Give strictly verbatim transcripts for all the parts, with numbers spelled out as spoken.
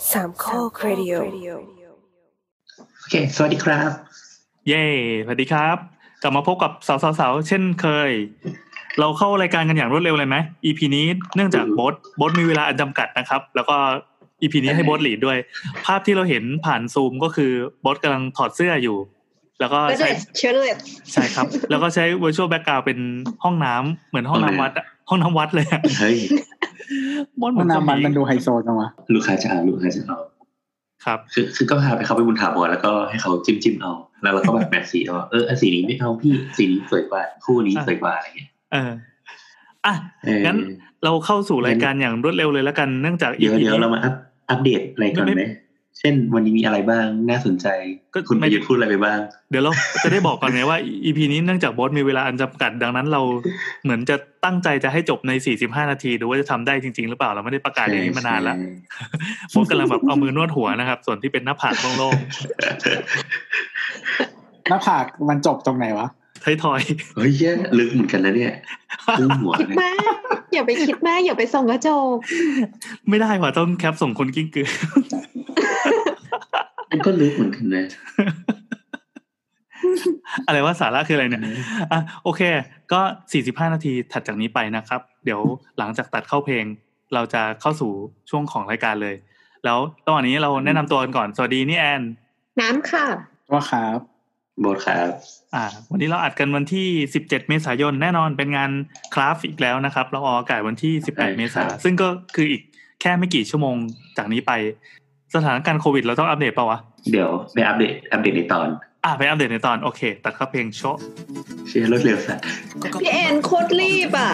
สามข้อครดิโอโอเคสวัสดีครับเย้สวัสดีครับกลับมาพบกับสาวๆๆเช่นเคยเราเข้ารายการกันอย่างรวดเร็วเลยไหม อี พี นี้เนื่องจากโบ๊ทโบ๊ทมีเวลาอันจำกัดนะครับแล้วก็ อี พี นี้ให้โบ๊ทลีดด้วยภาพที่เราเห็นผ่านซูมก็คือโบ๊ทกำลังถอดเสื้ออยู่แล้วก็ใช้เชื้อเลือดใช่ครับแล้วก็ใช้ virtual background เป็นห้องน้ำเหมือนห้องน้ำวัดห้องน้ำวัดเลยเฮ้ยห้องน้ำมันมันดูไฮโซจังวะลูกค้าจะเอาลูกค้าจะเอาครับคือคือก็พาไปเขาไปบุญถาวรแล้วก็ให้เขาจิ้มจิ้มเอาแล้วเราก็แบบแมทสีเอาเออสีนี้ไม่เอาพี่สีนี้สวยกว่าคู่นี้สวยกว่าอะไรเงี้ยเอออ่ะงั้นเราเข้าสู่รายการอย่างรวดเร็วเลยแล้วกันเนื่องจากเดี๋ยวเดี๋ยวเรามาอัปอัปเดตอะไรกันไหมเช่นวันนี้มีอะไรบ้างน่าสนใจคุณไปพูดอะไรไปบ้างเดี๋ยวเราจะได้บอกก่อนไงว่า อี พี นี้เนื่องจากบอสมีเวลาอันจำกัดดังนั้นเราเหมือนจะตั้งใจจะให้จบในสี่สิบห้านาทีดูว่าจะทำได้จริงๆหรือเปล่าเราไม่ได้ประกาศอย่างนี้มานานแล้วบอสกำลังแบบเอามือนวดหัวนะครับส่วนที่เป็นหน้าผากโล่งๆหน้าผากมันจบตรงไหนวะไทยทอยเฮ้ยแย่ลึกเหมือนกันนะเนี่ยพุ่งหัวคิดมากอย่าไปคิดมากอย่าไปส่องกระจกไม่ได้ว่ะต้องแคปส่งคนกิ้งกือมันก็ลึกเหมือนกันนะอะไรว่าสาระคืออะไรเนี่ยอ่ะโอเคก็สี่สิบห้านาทีถัดจากนี้ไปนะครับเดี๋ยวหลังจากตัดเข้าเพลงเราจะเข้าสู่ช่วงของรายการเลยแล้วตอนนี้เราแนะนำตัวกันก่อนสวัสดีนี่แอนน้ำค่ะว่าครับโบทครับอ่าวันนี้เราอัดกันวันที่สิบเจ็ดเมษายนแน่นอนเป็นงานคราฟอีกแล้วนะครับเราออกอากาศวันที่สิบแปดเมษายนซึ่งก็คืออีกแค่ไม่กี่ชั่วโมงจากนี้ไปสถานการณ์โควิดเราต้องอัปเดตป่าววะเดี๋ยวไปอัปเดตอัปเดตในตอนอ่ะไปอัปเดตในตอนโอเคตัดเข้าเพลงโชว์เชียร์รถเร็วสัตว์พี่แอนโคตรรีบอ่ะ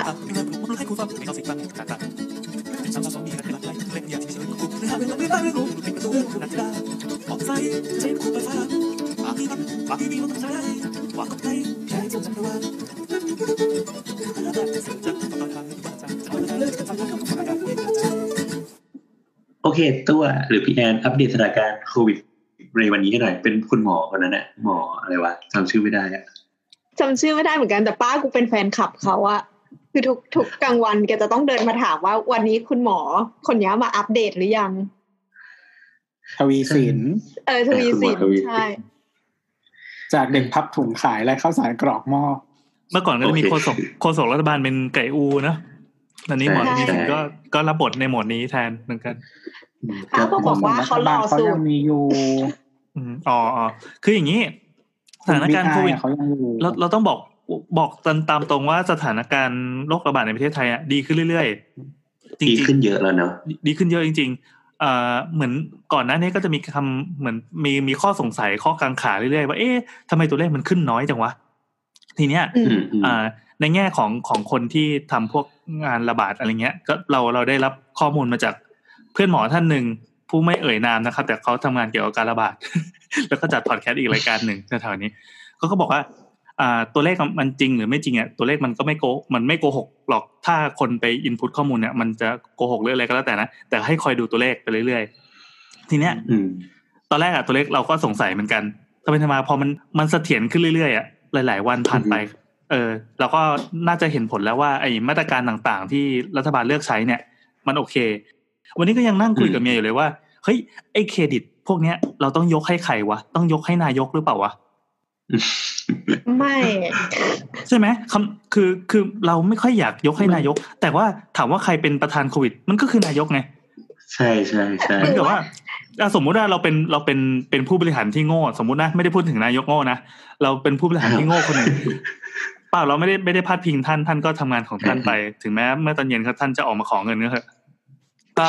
โอเคตัวหรือพี่แอนอัปเดตสถานการณ์โควิดในวันนี้หน่อยเป็นคุณหมอคนนั้นน่ะหมออะไรวะจำชื่อไม่ได้อะจำชื่อไม่ได้เหมือนกันแต่ป้ากูเป็นแฟนคลับเขาอะคือทุกทุกกลางวันแกจะต้องเดินมาถามว่าวันนี้คุณหมอคนนี้มาอัปเดตหรือยังทวีสินเออทวีสินใช่จากเด็กพับถุงขายและข้าวสารกรอกหม้อเมื่อก่อนก็จะมีโฆษกโฆษกรัฐบาลเป็นไก่อูนะตอนนี้หมอทวีสินก็ก็รับบทในโหมดนี้แทนเหมือนกันป้าก็บอกว่าเขารอสูตรมีอยู่อ๋ออ๋อคืออย่างนี้สถานการณ์โควิดเราเราต้องบอกบอกตามตรงว่าสถานการณ์โรคระบาดในประเทศไทยอ่ะดีขึ้นเรื่อยๆจริงๆดีขึ้นเยอะแล้วเนาะดีขึ้นเยอะจริงๆเอ่อเหมือนก่อนหน้านี้ก็จะมีคำเหมือนมีมีข้อสงสัยข้อกังขาเรื่อยๆว่าเอ๊ะทำไมตัวเลขมันขึ้นน้อยจังวะทีเนี้ยอ่าในแง่ของของคนที่ทำพวกงานระบาดอะไรเงี้ยก็เราเราได้รับข้อมูลมาจากเพื่อนหมอท่านหนึ่งผู้ไม่เอ่ยนามนะครับแต่เขาทำงานเกี่ยวกับการระบาด แล้วก็จัดพอดแคสต์อีกรายการหนึ่งแถวๆนี้เขาก็บอกว่าอ่าตัวเลขมันจริงหรือไม่จริงอ่ะตัวเลขมันก็ไม่โกมันไม่โกหกหรอกถ้าคนไปอินพุตข้อมูลเนี่ยมันจะโกหกหรืออะไรก็แล้วแต่นะแต่ให้คอยดูตัวเลขไปเรื่อยๆทีเนี้ยตอนแรกอ่ะตัวเลขเราก็สงสัยเหมือนกันทำไมทำไมพอมันมันเสถียรขึ้นเรื่อยๆอ่ะหลายๆวันผ่านไปเออเราก็น่าจะเห็นผลแล้วว่าไอ้มาตรการต่างๆที่รัฐบาลเลือกใช้เนี่ยมันโอเควันนี้ก็ยังนั่งคุยกับเมียอยู่เลยว่าเฮ้ยไอ้เครดิตพวกเนี้ยเราต้องยกให้ใครวะต้องยกให้นายกหรือเปล่าวะไม่ใช่ไหมคำคือคือเราไม่ค่อยอยากยกให้นายกแต่ว่าถามว่าใครเป็นประธานโควิดมันก็คือนายกไงใช่ใช่ใช่เหมือนกับว่าสมมุติว่าเราเป็นเราเป็นเป็นผู้บริหารที่โง่สมมุตินะไม่ได้พูดถึงนายกโง่นะเราเป็นผู้บริหารที่โง่คนหนึ่งเปล่าเราไม่ได้ไม่ได้พาดพิงท่านท่านก็ทำงานของท่านไปถึงแม้เมื่อตอนเย็นท่านจะออกมาขอเงินก็เถอะก็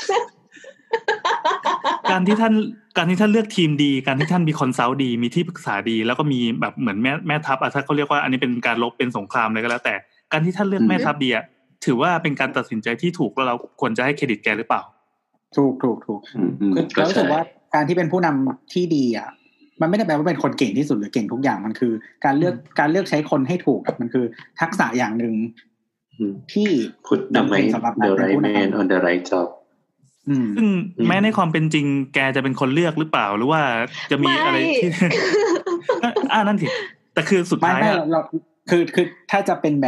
การที่ท่านการที่ท่านเลือกทีมดีการที่ท่านมีคอนซัลท์ดีมีที่ปรึกษาดีแล้วก็มีแบบเหมือนแม่แม่ทัพอ่ะถ้าเขาเรียกว่าอันนี้เป็นการลบเป็นสงครามอะไรก็แล้วแต่การที่ท่านเลือกแม่ทัพดีอ่ะถือว่าเป็นการตัดสินใจที่ถูกแล้วเราควรจะให้เครดิตแกหรือเปล่าถูกถูกถูกคือเรารู้สึกว่าการที่เป็นผู้นำที่ดีอ่ะมันไม่ได้แปลว่าเป็นคนเก่งที่สุดหรือเก่งทุกอย่างมันคือการเลือกการเลือกใช้คนให้ถูกมันคือทักษะอย่างนึงที่จำเป็นสำหรับการเป็นผู้นำ on the right job ซึ่งแม้ในความเป็นจริงแกจะเป็นคนเลือกหรือเปล่าหรือว่าจะมีอะไรที่อ่านั่นสิแต่คือสุดท้ายอ่ะคือคือถ้าจะเป็นแบบ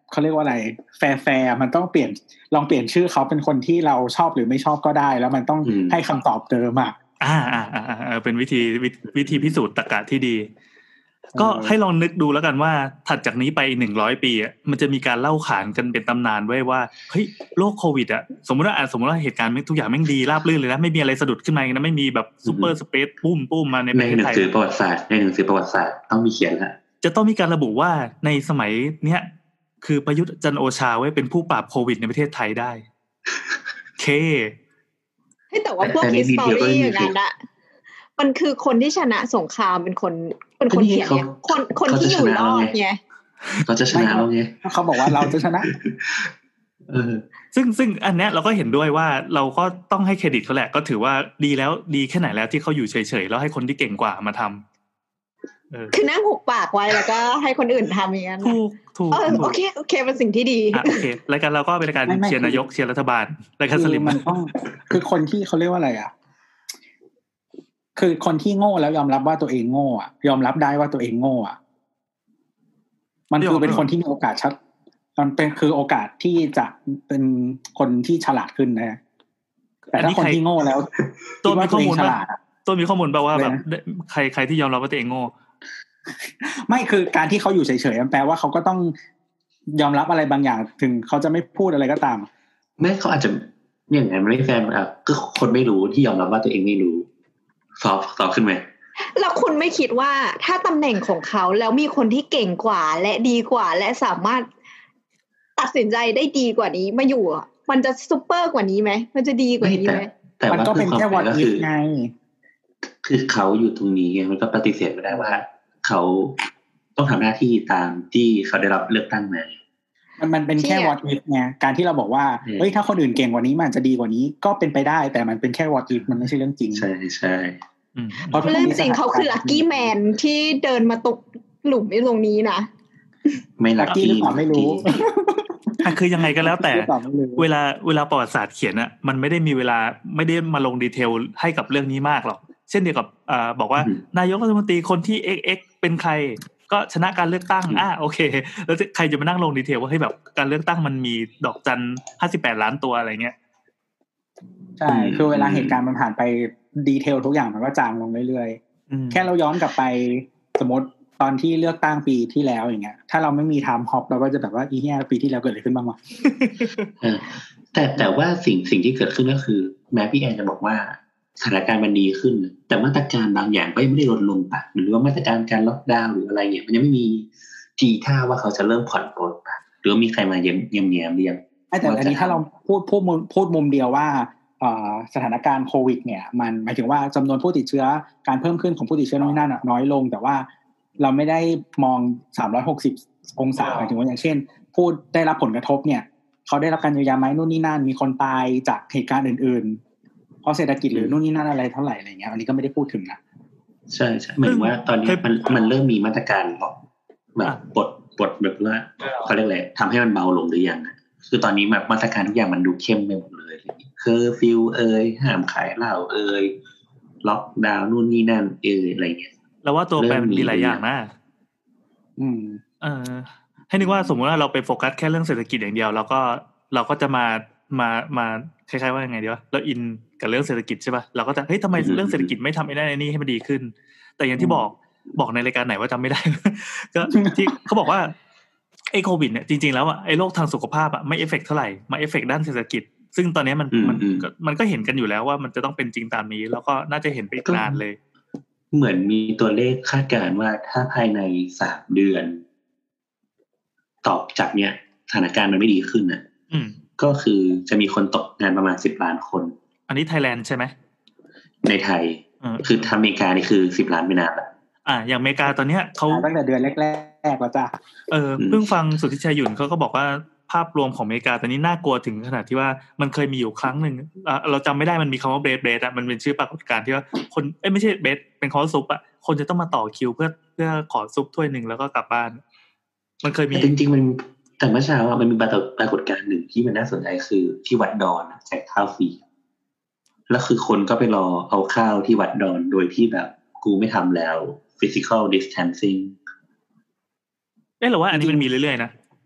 เขาเรียกว่าอะไรแฟร์ๆมันต้องเปลี่ยนลองเปลี่ยนชื่อเขาเป็นคนที่เราชอบหรือไม่ชอบก็ได้แล้วมันต้องให้คำตอบเดิมอ่ะอ่าอ่าอ่าอ่าเป็นวิธีวิธีพิสูจน์ตรรกะที่ดีก็ให้ลองนึกดูแล้วกันว่าถัดจากนี้ไปหนึ่งร้อยปีอ่ะมันจะมีการเล่าขานกันเป็นตำนานไว้ว่าเฮ้ยโรคโควิดอ่ะสมมติว่าสมมติว่าเหตุการณ์ทุกอย่างแม่งดีราบรื่นเลยนะไม่มีอะไรสะดุดขึ้นมานะไม่มีแบบซุปเปอร์สเปซปุ้มปุ้มมาในประเทศไทยในหนังสือประวัติศาสตร์ในหนังสือประวัติศาสตร์ต้องมีเขียนละจะต้องมีการระบุว่าในสมัยเนี้ยคือประยุทธ์จันทร์โอชาไว้เป็นผู้ปราบโควิดในประเทศไทยได้เคแต่ว่าพวกฮิสตอรี่อย่างนั้นอะมันคือคนที่ชนะสงครามเป็นคนเป็นคนเขียนเนี่ยคนคนที่อยู่รอดไงเขาจะชนะเราไงเขาบอกว่าเราจะชนะเออซึ่งซึ่งอันเนี้ยเราก็เห็นด้วยว่าเราก็ต้องให้เครดิตเขาแหละก็ถือว่าดีแล้วดีแค่ไหนแล้วที่เขาอยู่เฉยๆแล้วให้คนที่เก่งกว่ามาทำเออคือนั่งหุบปากไว้แล้วก็ให้คนอื่นทำอย่างนั้นถูกถูกโอเคโอเคเป็นสิ่งที่ดีโอเครายการเราก็เป็นรายการเชียร์นายกเชียร์รัฐบาลรายการสลิมมันต้องคือคนที่เขาเรียกว่าอะไรอ่ะคือคนที่โง่แล้วยอมรับว่าตัวเองโง่อ่ะยอมรับได้ว่าตัวเองโง่อ่ะมันคือเป็นคนที่มีโอกาสชัดมันเป็นคือโอกาสที่จะเป็นคนที่ฉลาดขึ้นนะแต่ถ้าคนที่โง่แล้วตัวมีข้อมูลฉลาดตัวมีข้อมูลแปลว่าแบบใครใครที่ยอมรับว่าตัวเองโง่ไม่คือการที่เขาอยู่เฉยๆมันแปลว่าเขาก็ต้องยอมรับอะไรบางอย่างถึงเขาจะไม่พูดอะไรก็ตามแม้เขาอาจจะอย่างนั้นไม่แฟนอ่ะก็คนไม่รู้ที่ยอมรับว่าตัวเองไม่รู้สอบสอบขึ้นไหมแล้วคุณไม่คิดว่าถ้าตำแหน่งของเขาแล้วมีคนที่เก่งกว่าและดีกว่าและสามารถตัดสินใจได้ดีกว่านี้มาอยู่อ่ะมันจะซุปเปอร์กว่านี้ไหมมันจะดีกว่านี้ไหมแต่มันก็เป็นแค่วอร์ดอิฟไงคือเขาอยู่ตรงนี้ไงมันก็ปฏิเสธไม่ได้ว่าเขาต้องทำหน้าที่ตามที่เขาได้รับเลือกตั้งมามันมันเป็นแค่วอร์ดอิฟไงการที่เราบอกว่าเฮ้ยถ้าคนอื่นเก่งกว่านี้มันจะดีกว่านี้ก็เป็นไปได้แต่มันเป็นแค่วอร์ดอิฟมันไม่ใช่เรื่องจริงใช่ใช่เพราะเรื่องจริงเขาคือลัคกี้แมนที่เดินมาตกหลุมในตรงนี้นะไม่ลัคกี้หรือเปล่าไม่รู้คือยังไงก็แล้วแต่เวลาเวลาประวัติศาสตร์เขียนอ่ะมันไม่ได้มีเวลาไม่ได้มาลงดีเทลให้กับเรื่องนี้มากหรอกเช่นเดียวกับอ่าบอกว่านายกรัฐมนตรีคนที่ เอ็กซ์ เอ็กซ์ เป็นใครก็ชนะการเลือกตั้งอ่ะโอเคแล้วใครจะมานั่งลงดีเทลว่าให้แบบการเลือกตั้งมันมีดอกจันห้าสิบแปดล้านตัวอะไรเงี้ยใช่คือเวลาเหตุการณ์มันผ่านไปดีเทลทุกอย่างมันก็จางลงเรื่อยๆแค่เราย้อนกลับไปสมมติตอนที่เลือกตั้งปีที่แล้วอย่างเงี้ยถ้าเราไม่มีไทม์ฮอปเราก็จะแบบว่าอีเนี่ยปีที่แล้วเกิดอะไรขึ้นบ้างวะแต่แต่ว่าสิ่งสิ่งที่เกิดขึ้นก็คือแม้พี่แอนจะบอกว่าสถานการณ์มันดีขึ้นแต่มาตรการบางอย่างก็ยังไม่ได้ลดลงปะหรือว่ามาตรการการล็อกดาวน์หรืออะไรเนี่ยมันยังไม่มีทีท่าว่าเขาจะเริ่มผ่อนปลนปะหรือว่ามีใครมาเยี่ยมเยี่ยมเยี่ยมเรียงแต่อันนี้ถ้าเราพูดพูดมุมพูดมุมเดียวว่าสถานการณ์โควิดเนี่ยมันหมายถึงว่าจำนวนผู้ติดเชื้อการเพิ่มขึ้นของผู้ติดเชื้อน้อยนั่นน้อยลงแต่ว่าเราไม่ได้มองสามร้อยหกสิบองศาหมายถึงว่าอย่างเช่นผู้ได้รับผลกระทบเนี่ยเขาได้รับการเยียวยาไหมนู่นนี่นั่นมีคนตายจากเหตุการณ์อื่นๆเพราะเศรษฐกิจหรือนู่นนี่นั่นอะไรเท่าไหร่อะไรเงี้ยอันนี้ก็ไม่ได้พูดถึงนะใช่ใช่หมายถึงว่าตอนนี้มันมันเริ่มมีมาตรการแบบปลดปลดแบบว่าเขาเรียกอะไรทำให้มันเบาลงหรือยังคือตอนนี้แบบมาตรการทุกอย่างมันดูเข้มไปหมดเลยเคอร์ฟิวเอ่ยห้ามขายเหล้าเอ่ยล็อกดาวน์นู่นนี่นั่นเอ่ยอะไรเงี้ยแล้วว่าตัวแปรมันมีหลายอย่างนะอืมเออให้นึกว่าสมมติว่าเราไปโฟกัสแค่เรื่องเศรษฐกิจอย่างเดียวแล้วก็เราก็จะมามามาคล้ายๆว่ายังไงดีวะเราอินกับเรื่องเศรษฐกิจใช่ป่ะเราก็จะเฮ้ยทำไมเรื่องเศรษฐกิจไม่ทำไอ้นั่นไอ้นี่ให้มันดีขึ้นแต่อย่างที่บอกบอกในรายการไหนว่าจำไม่ได้ก็ที่เขาบอกว่าไอ้โควิดเนี่ยจริงๆแล้วอ่ะไอ้โรคทางสุขภาพอ่ะไม่เอฟเฟกต์เท่าไหร่มาเอฟเฟกต์ด้านเศรษฐกิจซึ่งตอนนี้มันมันมันก็เห็นกันอยู่แล้วว่ามันจะต้องเป็นจริงตามนี้แล้วก็น่าจะเห็นไปอีกนานเลยเหมือนมีตัวเลขคาดการณ์ว่าถ้าภายในสามเดือนตอบจากเนี้ยสถานการณ์มันไม่ดีขึ้นน่ะก็คือจะมีคนตกงานประมาณสิบล้านคนอันนี้ไทยแลนด์ใช่ไหมในไทยคือทางอเมริกานี่คือสิบล้านไม่นานละอ่าอย่างอเมริกาตอนเนี้ยเขาตั้งแต่เดือนแรกๆแล้วจ้ะเออเพิ่งฟังสุทธิชัยหยุ่นเขาก็บอกว่าภาพรวมของอเมริกาตอนนี้น่ากลัวถึงขนาดที่ว่ามันเคยมีอยู่ครั้งหนึ่งเราจำไม่ได้มันมีคำว่าเบรดเบรดอะมันเป็นชื่อปรากฏการณ์ที่ว่าคนเอ้ยไม่ใช่เบรดเป็นคอร์สซุปอะคนจะต้องมาต่อคิวเพื่อเพื่อขอซุปถ้วยหนึ่งแล้วก็กลับบ้านมันเคยมีจริงๆมันแต่เมื่อเช้าอะมันมีปรากฏการณ์หนึ่งที่มันน่าสนใจคือที่วัดดอนแจกข้าวฟรีแล้วคือคนก็ไปรอเอาข้าวที่วัดดอนโดยที่แบบกูไม่ทำแล้ว physical distancing เอ๊ะหรือว่าอันนี้มันมีเรื่อยๆนะ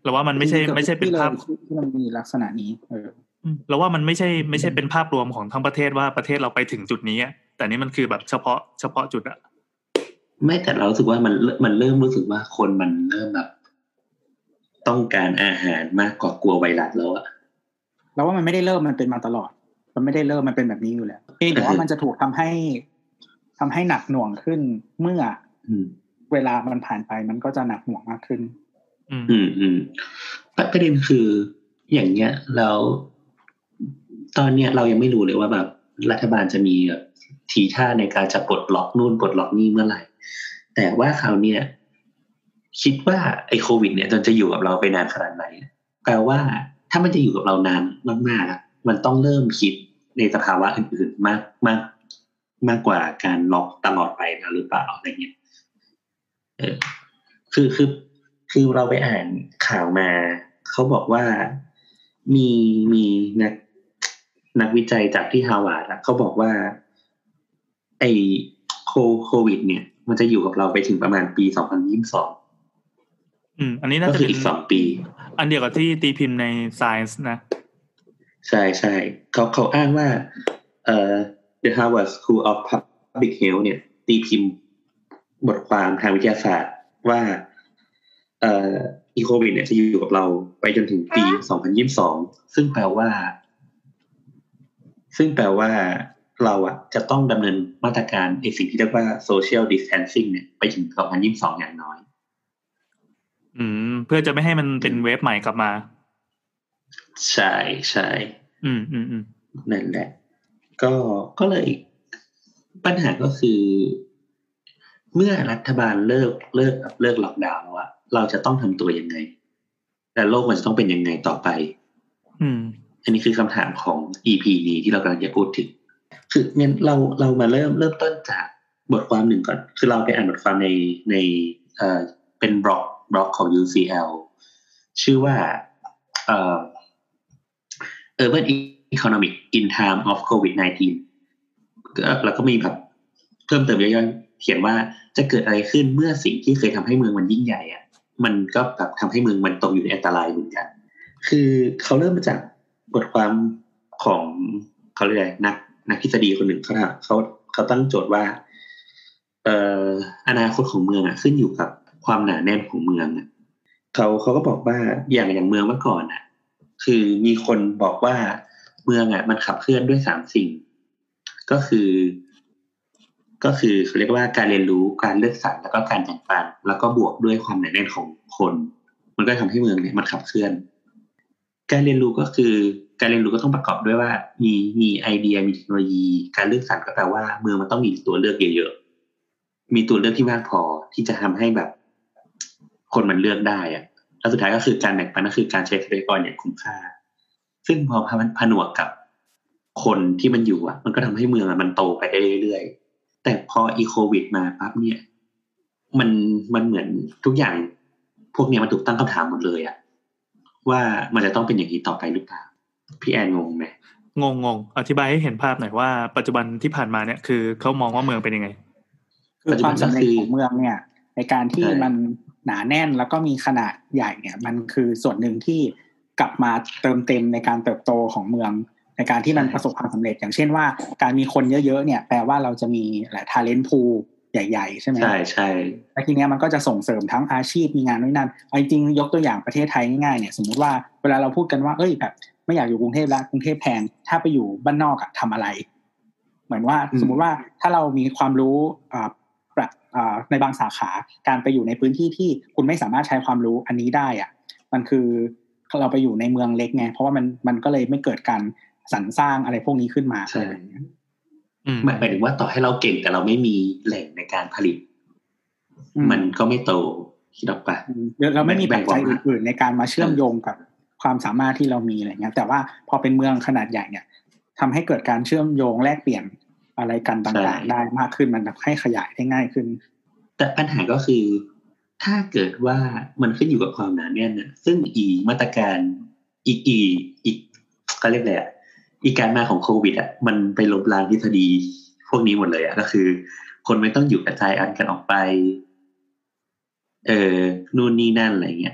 เราว่ามันไม่ใช่ไม่ใช่เป็นภาพที่มันมีลักษณะนี้เออเราว่ามันไม่ใช่ไม่ใช่เป็นภาพรวมของทั้งประเทศว่าประเทศเราไปถึงจุดนี้แต่นี่มันคือแบบเฉพาะเฉพาะจุดอะไม่แต่เรารู้สึกว่ามันมันเริ่มรู้สึกว่าคนมันเริ่มแบบต้องการอาหารมากกว่ากลัวไวรัสแล้วอะเราว่ามันไม่ได้เริ่มมันเป็นมาตลอดมันไม่ได้เริ่มมันเป็นแบบนี้อยู่แล้วเพียงแต่ว่ามันจะถูกทำให้ทำให้หนักหน่วงขึ้นเมื่อเวลามันผ่านไปมันก็จะหนักหน่วงมากขึ้นอืมอืมประเด็นคืออย่างเงี้ยแล้วตอนเนี้ยเรายังไม่รู้เลยว่าแบบรัฐบาลจะมีแบบทีท่าในการจะปลดล็อกนู่นปลดล็อกนี่เมื่อไหร่แต่ว่าคราวเนี้ยคิดว่าไอ้โควิดเนี่ยจะอยู่กับเราไปนานขนาดไหนแปลว่าถ้ามันจะอยู่กับเรานานมากๆมันต้องเริ่มคิดในสภาวะอื่นๆมากมากมากกว่าการล็อกตลอดไปนะหรือเปล่าอะไรเงี้ยเออคือคือคือเราไปอ่านข่าวมาเขาบอกว่ามีมีนักนักวิจัยจากที่ฮาวาร์ดเขาบอกว่าไอ้โควิดเนี่ยมันจะอยู่กับเราไปถึงประมาณปีสองพันยี่สิบสองอืมอันนี้น่าจะเป็นอีกสองปีอันเดียวกับที่ตีพิมพ์ใน Science นะใช่ๆเขาเขาอ้างว่าเอ่อ The Harvard School of Public Health เนี่ยตีพิมพ์บทความทางวิทยาศาสตร์ว่าเอ่ออีโควิดเนี่ยจะอยู่กับเราไปจนถึงปีสองพันยี่สิบสองซึ่งแปลว่าซึ่งแปลว่าเราอ่ะจะต้องดำเนินมาตรการไอ้สิ่งที่เรียกว่า social distancing เนี่ยไปถึงสองพันยี่สิบสองอย่างน้อยอืมเพื่อจะไม่ให้มันเป็นเวฟใหม่กลับมาใช่ใช่อืมอืมอืมนั่นแหละก็ก็เลยปัญหาก็คือเมื่อรัฐบาลเลิกเลิกเลิกล็อกดาวน์แล้วอะเราจะต้องทำตัวยังไงแต่โลกมันจะต้องเป็นยังไงต่อไปอืมอันนี้คือคำถามของ อี พี นี้ที่เรากำลังจะพูดถึงคืองั้นเราเรามาเริ่มเริ่มต้นจากบทความหนึ่งก่อนคือเราไปอ่านบทความในในเอ่อเป็นบล็อกบล็อกของ ยู ซี แอล ชื่อว่าเอ่อ Urban Economics in Time of โควิดสิบเก้า แล้วก็มีแบบเพิ่มเติมย่อยๆเขียนว่าจะเกิดอะไรขึ้นเมื่อสิ่งที่เคยทำให้เมืองมันยิ่งใหญ่อ่ะมันก็แบบทำให้เมืองมันตกอยู่ในอันตรายเหมือนกันคือเขาเริ่มมาจากบทความของเขาเรียกอะไรนักนักทฤษฎีคนหนึ่งเขาเขาเขาตั้งโจทย์ว่าเอ่ออนาคตของเมืองอ่ะขึ้นอยู่กับความหนาแน่นของเมืองอ่ะเขาเขาก็บอกว่าอย่างอย่างเมืองเมื่อก่อนอ่ะคือมีคนบอกว่าเมืองอ่ะมันขับเคลื่อนด้วยสามสิ่งก็คือก็คือเขาเรียกว่าการเรียนรู้การเลือกสรรแล้วก็การแบ่งปันแล้วก็บวกด้วยความหนาแน่นของคนมันก็ทำให้เมืองเนี่ยมันขับเคลื่อนการเรียนรู้ก็คือการเรียนรู้ก็ต้องประกอบด้วยว่ามีมีไอเดียมีเทคโนโลยีการเลือกสรรก็แปลว่าเมืองมันต้องมีตัวเลือกเยอะๆมีตัวเลือกที่มากพอที่จะทำให้แบบคนมันเลือกได้อะแล้วสุดท้ายก็คือการแบ่งปันก็คือการใช้ทรัพยากรอย่างคุ้มค่าซึ่งพอผนวกกับคนที่มันอยู่อ่ะมันก็ทำให้เมืองมันโตไปได้เรื่อยๆแต่พออีโควิดมาปั๊บเนี่ยมันมันเหมือนทุกอย่างพวกนี้มันถูกตั้งคำถามหมดเลยอ่ะว่ามันจะต้องเป็นอย่างนี้ต่อไปหรือเปล่าพี่แอนงงไหมงงงงอธิบายให้เห็นภาพหน่อยว่าปัจจุบันที่ผ่านมาเนี่ยคือเขามองว่าเมืองเป็นยังไงคือความสำเร็จของเมืองเนี่ยในการที่มันหนาแน่นแล้วก็มีขนาดใหญ่เนี่ยมันคือส่วนหนึ่งที่กลับมาเติมเต็มในการเติบโตของเมืองในการที่มันประสบความสำเร็จอย่างเช่นว่าการมีคนเยอะๆเนี่ยแปลว่าเราจะมีแหละ talent pool ใหญ่ๆใช่ไหมใช่ใช่แล้วทีเนี้ยมันก็จะส่งเสริมทั้งอาชีพมีงานนู่นนั่นจริงๆยกตัวอย่างประเทศไทยง่ายๆเนี่ยสมมุติว่าเวลาเราพูดกันว่าเอ้ยแบบไม่อยากอยู่กรุงเทพแล้วกรุงเทพแพงถ้าไปอยู่บ้านนอกอะทำอะไรเหมือนว่าสมมุติว่าถ้าเรามีความรู้อ่าในบางสาขาการไปอยู่ในพื้นที่ที่คุณไม่สามารถใช้ความรู้อันนี้ได้อะมันคือเราไปอยู่ในเมืองเล็กไงเพราะว่ามันมันก็เลยไม่เกิดการสรรสร้างอะไรพวกนี้ขึ้นมาใช่หมายถึงว่าต่อให้เราเก่งแต่เราไม่มีแหล่งในการผลิตมันก็ไม่โตคิดออกปะเราไม่มีปัจจัยอื่นๆในการมาเชื่อมโยงกับความสามารถที่เรามีอะไรเงี้ยแต่ว่าพอเป็นเมืองขนาดใหญ่เนี่ยทำให้เกิดการเชื่อมโยงแลกเปลี่ยนอะไรกันต่างๆได้มากขึ้นมันให้ขยายได้ง่ายขึ้นแต่ปัญหาก็คือถ้าเกิดว่ามันขึ้นอยู่กับความหนาแน่นน่ะซึ่งอีมาตรการอีกอีอีกก็เรียกอะไรอ่ะอีการมาของโควิดอ่ะมันไปลบล้างทฤษฎีพวกนี้หมดเลยอ่ะก็คือคนไม่ต้องอยู่กระจายอันกันออกไปเออนู่นนี่นั่นอะไรเงี้ย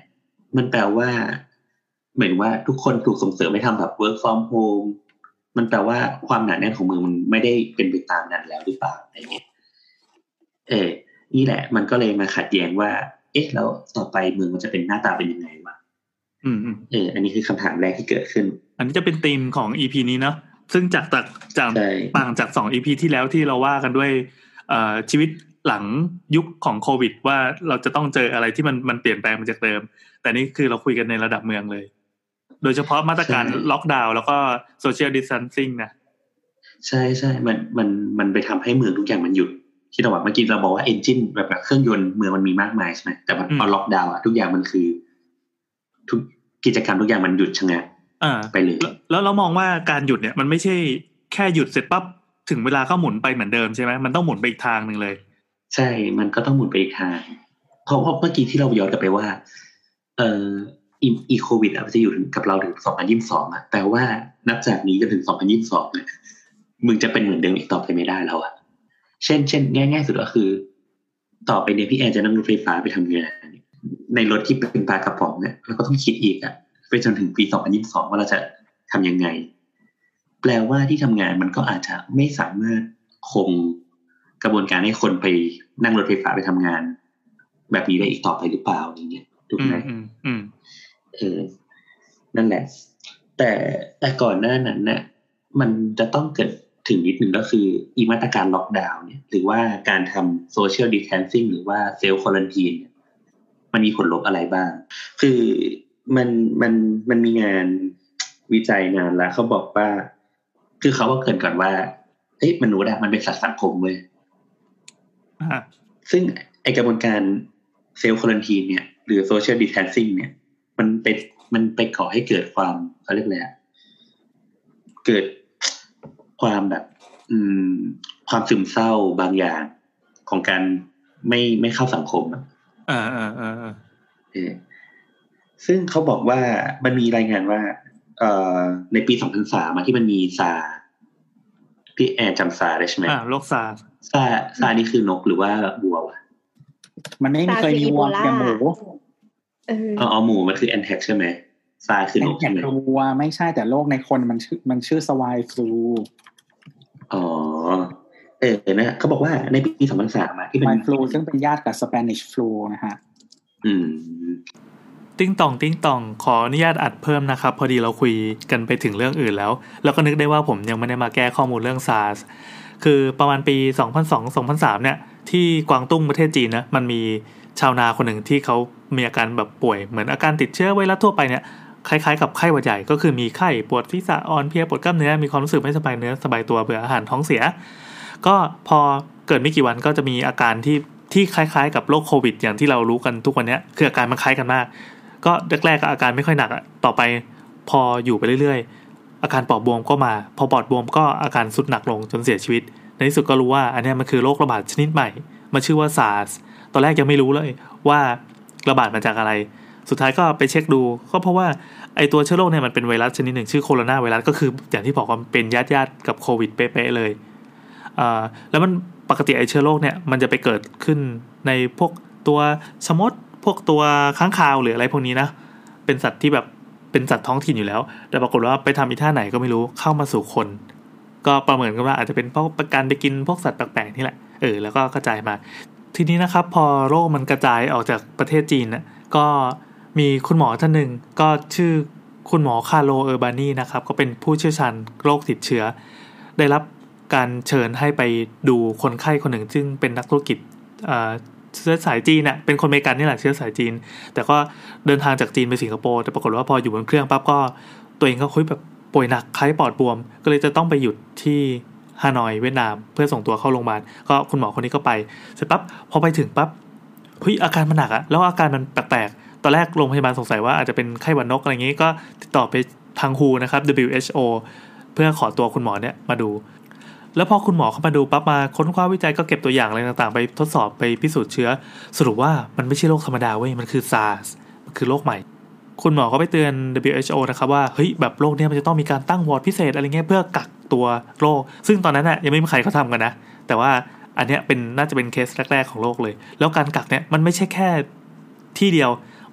มันแปลว่าเหมือนว่าทุกคนถูกส่งเสริมให้ทำแบบ work from home มันแปลว่าความหนาแน่นของเมืองมันไม่ได้เป็นไปตามนั้นแล้วหรือเปล่าอะไรเงี้ยเออนี่แหละมันก็เลยมาขัดแย้งว่าเอ๊ะแล้วต่อไปเมืองมันจะเป็นหน้าตาเป็นยังไงวะอืมเอออันนี้คือคำถามแรกที่เกิดขึ้นอันนี้จะเป็นธีมของ อี พี นี้เนาะซึ่งจากจากจากต่างจากสอง อี พี ที่แล้วที่เราว่ากันด้วยเอ่อชีวิตหลังยุคของโควิดว่าเราจะต้องเจออะไรที่มันมันเปลี่ยนแปลงมาจากเดิมแต่นี่คือเราคุยกันในระดับเมืองเลยโดยเฉพาะมาตรการล็อกดาวน์แล้วก็โซเชียลดิสแทนซิ่งนะใช่ใช่มันมันมันไปทำให้เมืองทุกอย่างมันหยุดคิดเอาว่าเมื่อกี้เราบอกว่าเอนจินแบบแบบเครื่องยนต์เมืองมันมีมากมายใช่ไหมแต่พอล็อกดาวน์อะทุกอย่างมันคือทุกกิจกรรมทุกอย่างมันหยุดชะงักไปเลยแล้วเรามองว่าการหยุดเนี่ยมันไม่ใช่แค่หยุดเสร็จปั๊บถึงเวลาก็หมุนไปเหมือนเดิมใช่ไหมมันต้องหมุนไปอีกทางนึงเลยใช่มันก็ต้องหมุนไปอีกทางเพราะเพราะเมื่อกี้ที่เราย้อนกลับไปว่าเอ่ออีโควิดอ่ะมันจะอยู่กับเราถึงสองพันยี่สิบสองอ่ะแปลว่านับจากนี้จนถึงสองพันยี่สิบสองเนี่ยมึงจะเป็นเหมือนเดิมอีกต่อไปไม่ได้แล้วอ่ะเช่นเช่นง่ายๆสุดก็คือต่อไปเนี่ยพี่แอนจะนั่งรถไฟฟ้าไปทำงานในรถที่เป็นปลากระป๋องเนี่ยเราก็ต้องคิดอีกอ่ะไปจนถึงปีสองพันยี่สิบสองว่าเราจะทำยังไงแปลว่าที่ทำงานมันก็อาจจะไม่สามารถคงกระบวนการให้คนไปนั่งรถไฟฟ้าไปทำงานแบบนี้ได้อีกต่อไปหรือเปล่าอย่างเงี้ยถูกไหมอืมเออนั่นแหละแต่แต่ก่อนหน้านั้นเนี่ยมันจะต้องเกิดถึงนิดหนึ่งก็คืออีมาตรการล็อกดาวน์เนี่ยหรือว่าการทำโซเชียลดิสแทนซิ่งหรือว่าเซลฟ์ควอรันทีนเนี่ยมันมีผลลบอะไรบ้างคือมันมันมันมีงานวิจัยงานแล้วเขาบอกว่าคือเขาก็เกริ่นก่อนว่าเฮ้ยมนุษย์อะมันเป็นสัตว์สังคมเว้ยซึ่งไอกระบวนการเซลฟ์ควอรันทีนเนี่ยหรือโซเชียลดิสแทนซิ่งเนี่ยมันเป็นมันไปก่อให้เกิดความเขาเรียกอะไรอะเกิดความแบบอืมความซึมเศร้าบางอย่างของการไม่ไม่เข้าสังคมอ่ะอ่าอ่าอ่าเออซึ่งเขาบอกว่ามันมีรายงานว่าเอ่อในปีสองพันสามที่มันมีซาพี่แอนจำซาได้ใช่ไหมอ่าโรคซาซาซานี่คือนกหรือว่าวัววะมันไม่เคยมีวัวแต่หมูเอออ๋อหมูมันคือแอนแท็กใช่ไหมซาคือนกใช่ไหมวัวไม่ใช่แต่โรคในคนมันชื่อมันชื่อสวายฟลูอ๋อเออนะเขาบอกว่าในปีสองพันสามอ่ะที่เป็นสวายฟลูซึ่งเป็นญาติกับสเปนิชฟลูนะฮะอืมติ้งต่องติ้งต่องขออนุญาตอัดเพิ่มนะครับพอดีเราคุยกันไปถึงเรื่องอื่นแล้วแล้วก็นึกได้ว่าผมยังไม่ได้มาแก้ข้อมูลเรื่อง SARS คือประมาณปีสองพันสอง สองพันสามเนี่ยที่กวางตุ้งประเทศจีนนะมันมีชาวนาคนหนึ่งที่เขามีอาการแบบป่วยเหมือนอาการติดเชื้อไวรัสทั่วไปเนี่ยคล้ายๆกับไข้หวัดใหญ่ก็คือมีไข้ปวดศีรษะอ่อนเพลียปวดกล้ามเนื้อมีความรู้สึกไม่สบายเนื้อสบายตัวเบื่ออาหารท้องเสียก็พอเกิดไม่กี่วันก็จะมีอาการที่ที่คล้ายๆกับโรคโควิดอย่างที่เรารู้กันทุกวันนี้คืออาการมันคล้ายกันมากก็แรกๆก็อาการไม่ค่อยหนักอ่ะต่อไปพออยู่ไปเรื่อยๆอาการปอดบวมก็มาพอปอดบวมก็อาการสุดหนักลงจนเสียชีวิตในที่สุดก็รู้ว่าอันนี้มันคือโรคระบาดชนิดใหม่มันชื่อว่า SARS ตอนแรกยังไม่รู้เลยว่าระบาดมาจากอะไรสุดท้ายก็ไปเช็คดูก็เพราะว่าไอตัวเชื้อโรคเนี่ยมันเป็นไวรัสชนิดหนึ่งชื่อโคโรนาไวรัสก็คืออย่างที่บอกว่าเป็นญาติๆกับโควิดเป๊ะๆเลยอ่าแล้วมันปกติไอเชื้อโรคเนี่ยมันจะไปเกิดขึ้นในพวกตัวชมดพวกตัวค้างคาวหรืออะไรพวกนี้นะเป็นสัตว์ที่แบบเป็นสัตว์ท้องถิ่นอยู่แล้วแต่ปรากฏว่าไปทำอีท่าไหนก็ไม่รู้เข้ามาสู่คนก็ประเมินกันว่าอาจจะเป็นเพราะการไปกินพวกสัตว์แปลกๆนี่แหละเออแล้วก็กระจายมาทีนี้นะครับพอโรคมันกระจายออกจากประเทศจีนนะก็มีคุณหมอท่านหนึ่งก็ชื่อคุณหมอคาร์โลเออร์บานีนะครับก็เป็นผู้เชี่ยวชาญโรคติดเชื้อได้รับการเชิญให้ไปดูคนไข้คนหนึ่งซึ่งเป็นนักธุรกิจเชื้อสายจีนน่ะเป็นคนอเมริกันนี่แหละเชื้อสายจีนแต่ก็เดินทางจากจีนไปสิงคโปร์แต่ปรากฏว่าพออยู่บนเครื่องปั๊บก็ตัวเองก็คุยแบบป่วยหนักคล้ายปอดบวมก็เลยจะต้องไปหยุดที่ฮานอยเวียดนามเพื่อส่งตัวเข้าโรงพยาบาลก็คุณหมอคนนี้ก็ไปเสร็จปั๊บพอไปถึงปั๊บเฮ้ยอาการมันหนักอะแล้วอาการมันแปลกๆตอนแรกโรงพยาบาลสงสัยว่าอาจจะเป็นไข้หวัดนกอะไรอย่างงี้ก็ติดต่อไปทาง ดับเบิลยู นะครับ ดับเบิลยู เอช โอ เพื่อขอตัวคุณหมอเนี่ยมาดูแล้วพอคุณหมอเข้ามาดูปั๊บมาค้นคว้าวิจัยก็เก็บตัวอย่างอะไรต่างๆไปทดสอบไปพิสูจน์เชื้อสรุปว่ามันไม่ใช่โรคธรรมดาเว้ยมันคือ SARS มันคือโรคใหม่คุณหมอก็ไปเตือน ดับเบิลยู เอช โอ นะครับว่าเฮ้ยแบบโรคเนี้ยมันจะต้องมีการตั้งวอร์ดพิเศษอะไรเงี้ยเพื่อกักตัวโรคซึ่งตอนนั้นน่ะยังไม่มีใครเขาทำกันนะแต่ว่าอันเนี้ยเป็นน่าจะเป็นเคสแรกๆของโลกเลยแล้วการกักเนี้ยมันไม่ใช่แค่ที่เดียว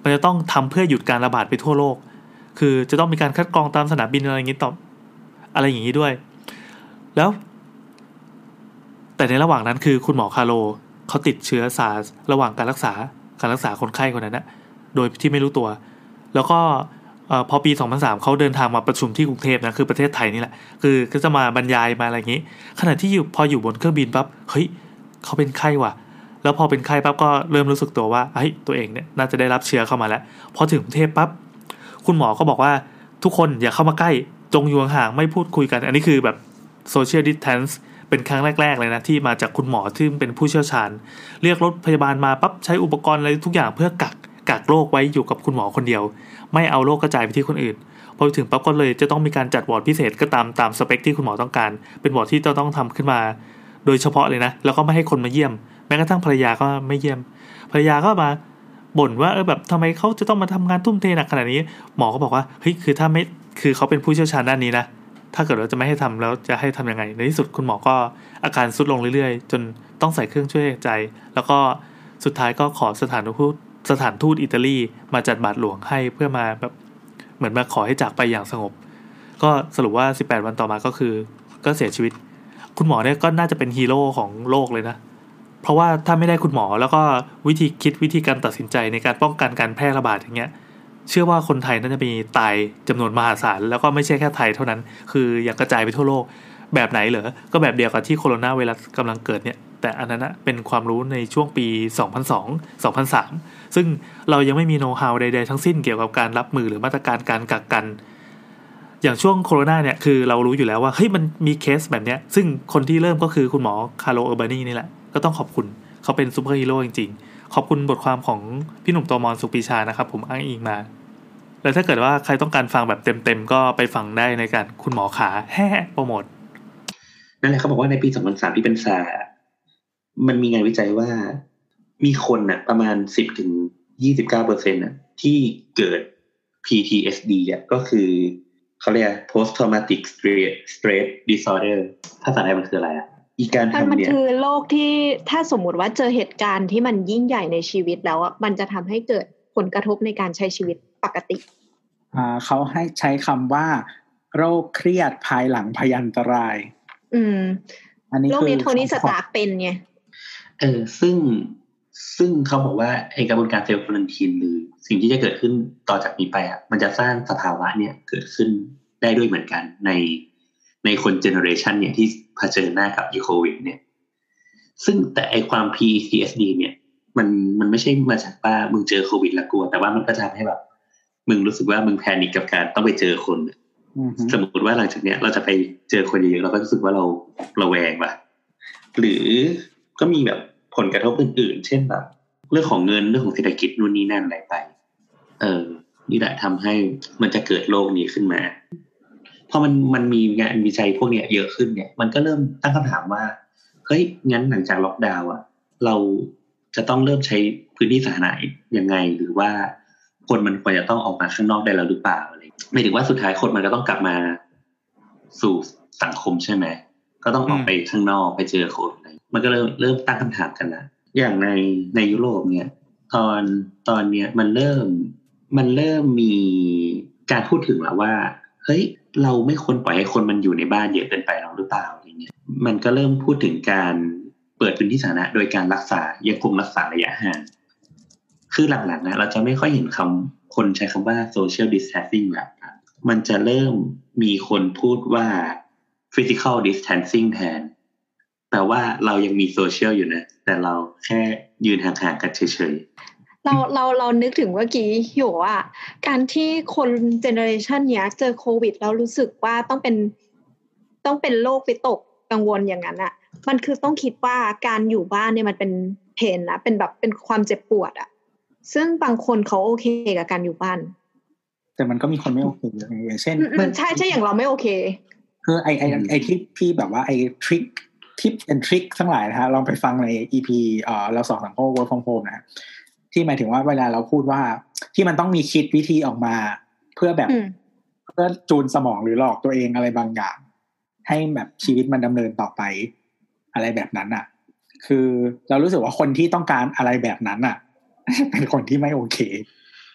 มันจะต้องทำเพื่อหยุดการระบาดไปทั่วโลกคือจะต้องมีการคัดกรองตามสนามบินอะไรอย่างนี้ต่ออะไรอย่างนี้ด้วยแล้วแต่ในระหว่างนั้นคือคุณหมอคาร์โลเขาติดเชื้อซาร์สระหว่างการรักษาการรักษาคนไข้คนนั้นนะโดยที่ไม่รู้ตัวแล้วก็พอปีสองพันสามเขาเดินทางมาประชุมที่กรุงเทพนะคือประเทศไทยนี่แหละคือก็จะมาบรรยายมาอะไรอย่างนี้ขณะที่อยู่พออยู่บนเครื่องบินปั๊บเฮ้ยเขาเป็นไข้ว่ะแล้วพอเป็นไข้ปั๊บก็เริ่มรู้สึกตัวว่าเฮ้ยตัวเองเนี่ยน่าจะได้รับเชื้อเข้ามาแล้วพอถึงกรุงเทพปั๊บคุณหมอก็บอกว่าทุกคนอย่าเข้ามาใกล้จงอยู่ห่างๆไม่พูดคุยกันอันนี้คือแบบโซเชียลดิสแทนซ์เป็นครั้งแรกๆเลยนะที่มาจากคุณหมอที่เป็นผู้เชี่ยวชาญเรียกรถพยาบาลมาปั๊บใช้อุปกรณ์อะไรทุกอย่างเพื่อกักกักโรคไว้อยู่กับคุณหมอคนเดียวไม่เอาโรคกระจายไปที่คนอื่นพอถึงปั๊บก็เลยจะต้องมีการจัดวอร์ดพิเศษก็ตามตามสเปคที่คุณหมอต้องการเป็นวอร์ดที่จะต้องทำขึ้นมาโดยเฉพาะเลยนะแล้วก็ไม่ให้คนมาเยี่ยมแม้กระทั่งภรรยาก็ไม่เยี่ยมภรรยาก็มาบ่นว่าเออแบบทำไมเขาจะต้องมาทำงานทุ่มเทหนักขนาดนี้หมอก็บอกว่าเฮ้ยคือถ้าไม่คือเขาเป็นผู้เชี่ยวชาญด้านนี้นะถ้าเกิดเราจะไม่ให้ทำแล้วจะให้ทำยังไงในที่สุดคุณหมอก็อาการทรุดลงเรื่อยๆจนต้องใส่เครื่องช่วยหายใจแล้วก็สุดท้ายก็ขอสถานทูตสถานทูตอิตาลีมาจัดบาตรหลวงให้เพื่อมาแบบเหมือนมาขอให้จากไปอย่างสงบก็สรุปว่าสิบแปดวันต่อมาก็คือก็เสียชีวิตคุณหมอเนี่ยก็น่าจะเป็นฮีโร่ของโลกเลยนะเพราะว่าถ้าไม่ได้คุณหมอแล้วก็วิธีคิดวิธีการตัดสินใจในการป้องกันการแพร่ระบาดอย่างเงี้ยเชื่อว่าคนไทยน่าจะมีตายจำนวนมหาศาลแล้วก็ไม่ใช่แค่ไทยเท่านั้นคืออยากกระจายไปทั่วโลกแบบไหนเหรอก็แบบเดียวกับที่โคโรนาไวรัสกำลังเกิดเนี่ยแต่อันนั้นนะเป็นความรู้ในช่วงปีสองพันสอง สองพันสามซึ่งเรายังไม่มีโน้ตฮาวใดๆทั้งสิ้นเกี่ยวกับการรับมือหรือมาตรการการกักกันอย่างช่วงโคโรนาเนี่ยคือเรารู้อยู่แล้วว่าเฮ้ยมันมีเคสแบบเนี้ยซึ่งคนที่เริ่มก็คือคุณหมอคาร์โล เออร์บานีนี่แหละก็ต้องขอบคุณเขาเป็นซูเปอร์ฮีโร่จริงๆขอบคุณบทความของพี่หนุ่มโตมอนสุขปีชานะครับผมอ้างอิงมาแล้วถ้าเกิดว่าใครต้องการฟังแบบเต็มๆก็ไปฟังได้ในการคุณหมอขาแฮ่โปรโมทนั่นแหละเขาบอกว่าในปีสองพันสามที่เป็นซาร์มันมีงานวิจัยว่ามีคนน่ะประมาณ สิบถึงยี่สิบเก้าเปอร์เซ็นต์ น่ะที่เกิด พี ที เอส ดี อ่ะก็คือเขาเรียก post traumatic stress disorder ภาษาไทยมันคืออะไรอ่ะอีการทำเนี่ยมันคือโรคที่ถ้าสมมติว่าเจอเหตุการณ์ที่มันยิ่งใหญ่ในชีวิตแล้วอ่ะมันจะทำให้เกิดผลกระทบในการใช้ชีวิตปกติอ่าเขาให้ใช้คำว่าโรคเครียดภายหลังพยันตรายอืมอันนี้คือโรคนี้โทนี่สตาร์กเป็นไงเออซึ่งซึ่งเขาบอกว่าไอ้กระบวนการเซลล์ควอรันทีนหรือสิ่งที่จะเกิดขึ้นต่อจากนี้ไปอ่ะมันจะสร้างสภาวะเนี่ยเกิดขึ้นได้ด้วยเหมือนกันในในคนเจเนอเรชันเนี่ยที่เผชิญหน้ากับอีโควิดเนี่ยซึ่งแต่ไอ้ความ พี ที เอส ดี เนี่ยมันมันไม่ใช่มาจากว่ามึงเจอโควิดแล้วกลัวแต่ว่ามันก็จะทำให้แบบมึงรู้สึกว่ามึงแพนิคกับการต้องไปเจอคนสมมติว่าหลังจากเนี้ยเราจะไปเจอคนเยอะๆเราก็รู้สึกว่าเราระแวงว่ะหรือก็มีแบบผลกระทบอื่นๆเช่นแบบเรื่องของเงินเรื่องของเศรษฐกิจนู่นนี่นั่นอะไรไปเออนี่แหละทำให้มันจะเกิดโรคนี้ขึ้นมาพอมันมันมีงานวิจัยพวกเนี้ยเยอะขึ้นเนี่ยมันก็เริ่มตั้งคำถามว่าเฮ้ยงั้นหลังจากล็อกดาวน์อ่ะเราจะต้องเริ่มใช้พื้นที่สาธารณะยังไงหรือว่าคนมันควรจะต้องออกมาข้างนอกได้แล้วหรือเปล่าอะไรไม่ถึงว่าสุดท้ายคนมันก็ต้องกลับมาสู่สังคมใช่ไหมก็ต้องออกไปข้างนอกไปเจอคนอะไรมันก็เริ่มเริ่มตั้งคำถามกันละอย่างในในยุโรปเนี่ยตอนตอนเนี้ยมันเริ่มมันเริ่มมีการพูดถึงแล้วว่าเฮ้ยเราไม่ควรปล่อยให้คนมันอยู่ในบ้านเยอะเกินไปหรอกหรือเปล่าอะไรเงี้ยมันก็เริ่มพูดถึงการเปิดพื้นที่สาธารณะโดยการรักษายังคงรักษาระยะห่างคือหลังๆนะเราจะไม่ค่อยเห็นคำคนใช้คำว่า social distancing แล้วมันจะเริ่มมีคนพูดว่า physical distancing แทนแปลว่าเรายังมีโซเชียลอยู่นะแต่เราแค่ยืนห่างๆกันเฉยๆเราเราเรานึกถึงเมื่อกี้อยู่ว่าการที่คนเจเนอเรชันเนี้ยเจอโควิดแล้วรู้สึกว่าต้องเป็นต้องเป็นโรควิตกกังวลอย่างนั้นอ่ะมันคือต้องคิดว่าการอยู่บ้านเนี่ยมันเป็นเพนนะเป็นแบบเป็นความเจ็บปวดอ่ะซึ่งบางคนเขาโอเคกับการอยู่บ้านแต่มันก็มีคนไม่โอเคอย่างเช่นใช่ใช่อย่างเราไม่โอเคคือไอไอไอที่ที่แบบว่าไอทริคทิปแอนด์ทริคทั้งหลายนะฮะลองไปฟังใน อี พี เอ่อเราสองสังคม Work from Home นะที่หมายถึงว่าเวลาเราพูดว่าที่มันต้องมีคิดวิธีออกมาเพื่อแบบเพื่อจูนสมองหรือหลอกตัวเองอะไรบางอย่างให้แบบชีวิตมันดำเนินต่อไปอะไรแบบนั้นอ่ะคือเรารู้สึกว่าคนที่ต้องการอะไรแบบนั้นอ่ะเป็นคนที่ไม่โอเค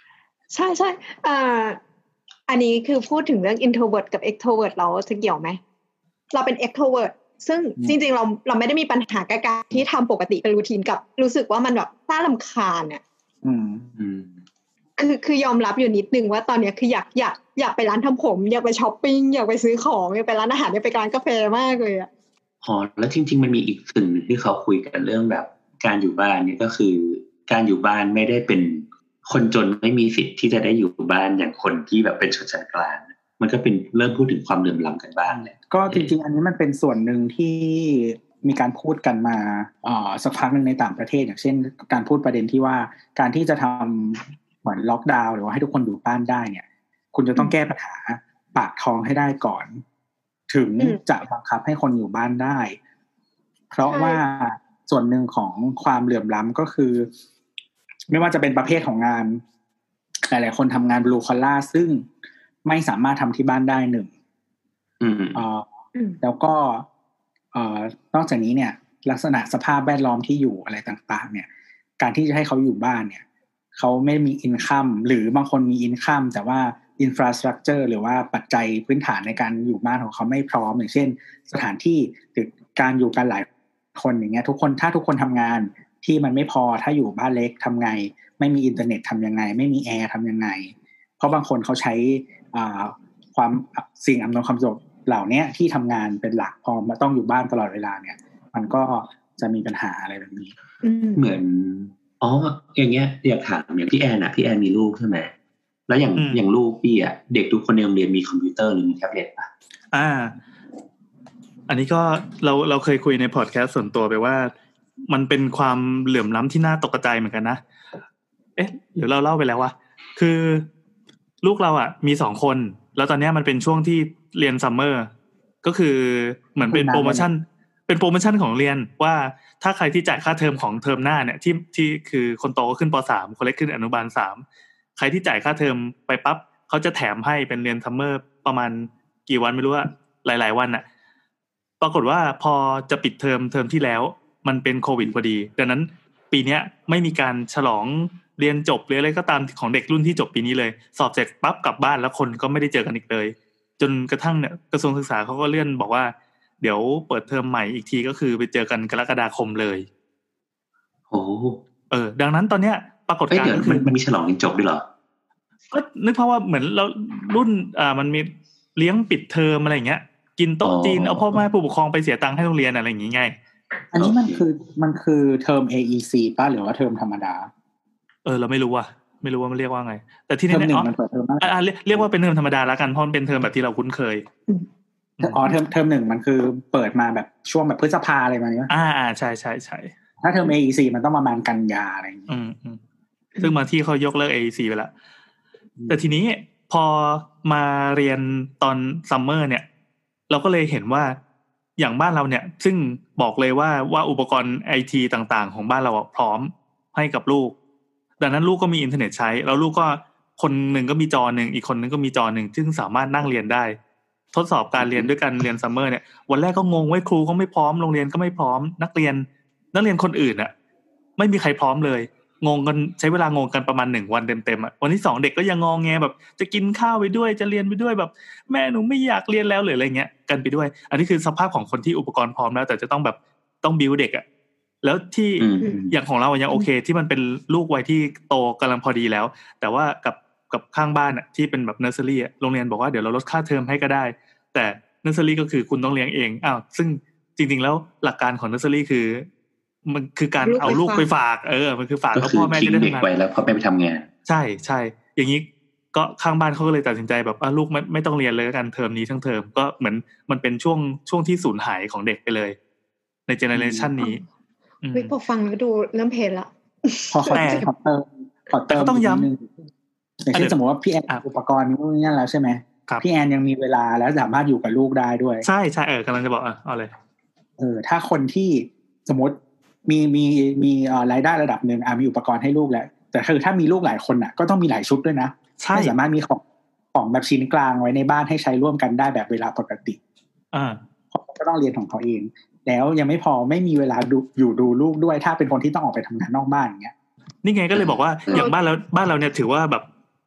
ใช่ใช่อ่าอันนี้คือพูดถึงเรื่อง introvert กับ extrovert เราจะเกี่ยวไหมเราเป็น extrovert ซึ่งจริงๆเราเราไม่ได้มีปัญหากับการที่ทำปกติเป็นรูทีนกับรู้สึกว่ามันแบบน่ารำคาญเนี่ยอืมอืมคือคือยอมรับอยู่นิดนึงว่าตอนนี้คืออยากอยากอยากไปร้านทำผมอยากไปช้อปปิ้งอยากไปซื้อของอยากไปร้านอาหารอยากไปร้านกาแฟมากเลยอ่ะอ๋อแล้วจริงๆมันมีอีกสิ่งนึงที่เขาคุยกันเรื่องแบบการอยู่บ้านเนี่ยก็คือการอยู่บ้านไม่ได้เป็นคนจนไม่มีสิทธิ์ที่จะได้อยู่บ้านอย่างคนที่แบบเป็นชนชั้นกลางมันก็เป็นเริ่มพูดถึงความเหลื่อมล้ำกันบ้างเลยก็จริงๆอันนี้มันเป็นส่วนหนึ่งที่มีการพูดกันมาอ่าสักพักนึงในต่างประเทศอย่างเช่นการพูดประเด็นที่ว่าการที่จะทำเหมือนล็อกดาวน์หรือว่าให้ทุกคนอยู่บ้านได้เนี่ยคุณจะต้องแก้ปัญหาปากท้องให้ได้ก่อนถึงจะบังคับให้คนอยู่บ้านได้เพราะว่าส่วนหนึ่งของความเหลื่อมล้ำก็คือไม่ว่าจะเป็นประเภทของงานหลายๆคนทำงานบลูคอลล่าซึ่งไม่สามารถทำที่บ้านได้หนึ่งอ่าแล้วก็เอ่อนอกจากนี้เนี่ยลักษณะสภาพแวดล้อมที่อยู่อะไรต่างๆเนี่ยการที่จะให้เขาอยู่บ้านเนี่ยเขาไม่มีอินคัมหรือบางคนมีอินคัมแต่ว่าอินฟราสตรัคเจอร์หรือว่าปัจจัยพื้นฐานในการอยู่บ้านของเขาไม่พร้อมอย่างเช่นสถานที่หรือการอยู่กันหลายคนอย่างเงี้ยทุกคนถ้าทุกคนทำงานที่มันไม่พอถ้าอยู่บ้านเล็กทำไงไม่มีอินเทอร์เน็ตทำยังไงไม่มีแอร์ทำยังไงเพราะบางคนเขาใช้ความสิ่งอำนวยความสะดวกเหล่านี้ที่ทำงานเป็นหลักพอมาต้องอยู่บ้านตลอดเวลาเนี่ยมันก็จะมีปัญหาอะไรแบบนี้เหมือนอ๋ออย่างเงี้ยอยากถามอย่างพี่แอนอ่ะพี่แอนมีลูกใช่ไหมแล้วอย่างอย่างลูกพี่อ่ะเด็กทุกคนในโรงเรียนมีคอมพิวเตอร์หรือมีแท็บเล็ตป่ะอ่าอันนี้ก็เราเราเคยคุยในพอดแคสต์ส่วนตัวไปว่ามันเป็นความเหลื่อมล้ำที่น่าตกใจเหมือนกันนะเอ๊ะหรือเราเล่าไปแล้ววะคือลูกเราอ่ะมีสองคนแล้วตอนนี้มันเป็นช่วงที่เรียนซัมเมอร์ก็คือเหมือนเป็นโปรโมชั่นเป็นโปรโมชั่นของเรียนว่าถ้าใครที่จ่ายค่าเทอมของเทอมหน้าเนี่ยที่ที่คือคนโตก็ขึ้นป.สาม คนเล็กขึ้นอนุบาลสามใครที่จ่ายค่าเทอมไปปั๊บเขาจะแถมให้เป็นเรียนซัมเมอร์ประมาณกี่วันไม่รู้ว่าหลายๆวันน่ะปรากฏว่าพอจะปิดเทอมเทอมที่แล้วมันเป็นโควิดพอดีดังนั้นปีนี้ไม่มีการฉลองเรียนจบหรืออะไรก็ตามของเด็กรุ่นที่จบปีนี้เลยสอบเสร็จปั๊บกลับบ้านแล้วคนก็ไม่ได้เจอกันอีกเลยจนกระทั่งเนี่ยกระทรวงศึกษาเขาก็เลื่อนบอกว่าเดี๋ยวเปิดเทอมใหม่อีกทีก็คือไปเจอกันกรกฎาคมเลยโอ้เออดังนั้นตอนเนี้ยปรากฏการณ์ก็คือมันมีฉลองเรียนจบด้วยเหรอก็นึกภาพว่าเหมือนเรารุ่นอ่ามันมีเลี้ยงปิดเทอมอะไรอย่างเงี้ยกินโต๊ะจีนเอาพ่อแม่ผู้ปกครองไปเสียตังค์ให้โรงเรียนอะไรอย่างงี้ไงอันนี้มันคือมันคือเทอม เอ อี ซี ป่ะหรือว่าเทอมธรรมดาเออเราไม่รู้ว่ะไม่รู้ว่ามันเรียกว่าไงแต่ที่นี่เนี่ยอ๋ออ่าเรียกว่าเป็นเทอมธรรมดาแล้วกันเพราะมันเป็นเทอมแบบที่เราคุ้นเคยอ๋อเทอมเทอมหนึ่งมันคือเปิดมาแบบช่วงแบบพฤษภาอะไรมาเนี้ยอ่าๆใช่ๆๆถ้าเทอม เอ อี ซี มันต้องประมาณกันยาอะไรอย่างงี้อืมๆซึ่งบางที่เขายกเลิก เอ อี ซี ไปแล้วแต่ทีนี้พอมาเรียนตอนซัมเมอร์เนี่ยเราก็เลยเห็นว่าอย่างบ้านเราเนี่ยซึ่งบอกเลยว่าว่าอุปกรณ์ ไอ ที ต่างๆของบ้านเราพร้อมให้กับลูกดังนั้นลูกก็มีอินเทอร์เน็ตใช้แล้วลูกก็คนหนึ่งก็มีจอหนึ่งอีกคนนึงก็มีจอหนึ่งซึ่งสามารถนั่งเรียนได้ทดสอบการเรียนด้วยกันเรียนซัมเมอร์เนี่ยวันแรกก็งงว่าครูก็ไม่พร้อมโรงเรียนก็ไม่พร้อมนักเรียนนักเรียนคนอื่นอ่ะไม่มีใครพร้อมเลยงงกันใช้เวลางงกันประมาณหนึ่งวันเต็มๆอ่ะวันที่สองเด็กก็ยังงงแงแบบจะกินข้าวไปด้วยจะเรียนไปด้วยแบบแม่หนูไม่อยากเรียนแล้วหรืออะไรเงี้ยกันไปด้วยอันนี้คือสภาพของคนที่อุปกรณ์พร้อมแล้วแต่จะต้องแบบต้องบิวเด็กอ่ะแล้วที่อย่างของเรายังโอเคที่มันเป็นลูกวัยที่โตกำลังพอดีแล้วแต่ว่ากับกับข้างบ้านอ่ะที่เป็นแบบเนอร์เซอรี่อ่ะโรงเรียนบอกว่าเดี๋ยวเราลดค่าเทอมให้ก็ได้แต่เนอร์เซอรี่ก็คือคุณต้องเลี้ยงเองอ้าวซึ่งจริงๆแล้วหลักการของเนอร์เซอรี่คือมันคือการเอาลูกไปฝากเออมันคือฝากแล้วพ่อแม่จะได้ทำงานไว้แล้วพ่อแม่ไปทำงานใช่ใช่อย่างนี้ก็ข้างบ้านเขาก็เลยตัดสินใจแบบอ่ะลูกไม่ไม่ต้องเรียนเลยกันเทอมนี้ทั้งเทอมก็เหมือนมันเป็นช่วงช่วงที่สูญหายของเด็กไปเลยในเจเนอเรชันนี้วิพอฟังแล้วดูเริ่มเพลนละพอขอเติมขอเติมต้องย้ำอย่างเช่นสมมติว่าพี่แอนอุปกรณ์นู่นนี่นั่นแล้วใช่ไหมพี่แอนยังมีเวลาแล้วสามารถอยู่กับลูกได้ด้วยใช่ใช่เออกำลังจะบอกอ่ะเอาเลยเออถ้าคนที่สมมติมีมีมีรายได้ระดับหนึ่งอ่ะมีอุปกรณ์ให้ลูกแล้วแต่คือถ้ามีลูกหลายคนอ่ะก็ต้องมีหลายชุดด้วยนะไม่สามารถมีของของแบบชิ้นกลางไว้ในบ้านให้ใช้ร่วมกันได้แบบเวลาปกติอ่าก็ต้องเรียนของเขาเองแล้วยังไม่พอไม่มีเวลาดูอยู่ดูลูกด้วยถ้าเป็นคนที่ต้องออกไปทำงานนอกบ้านอย่างเงี้ยนี่ไงก็เลยบอกว่าอย่างบ้านเราบ้านเราเนี่ยถือว่าแบบ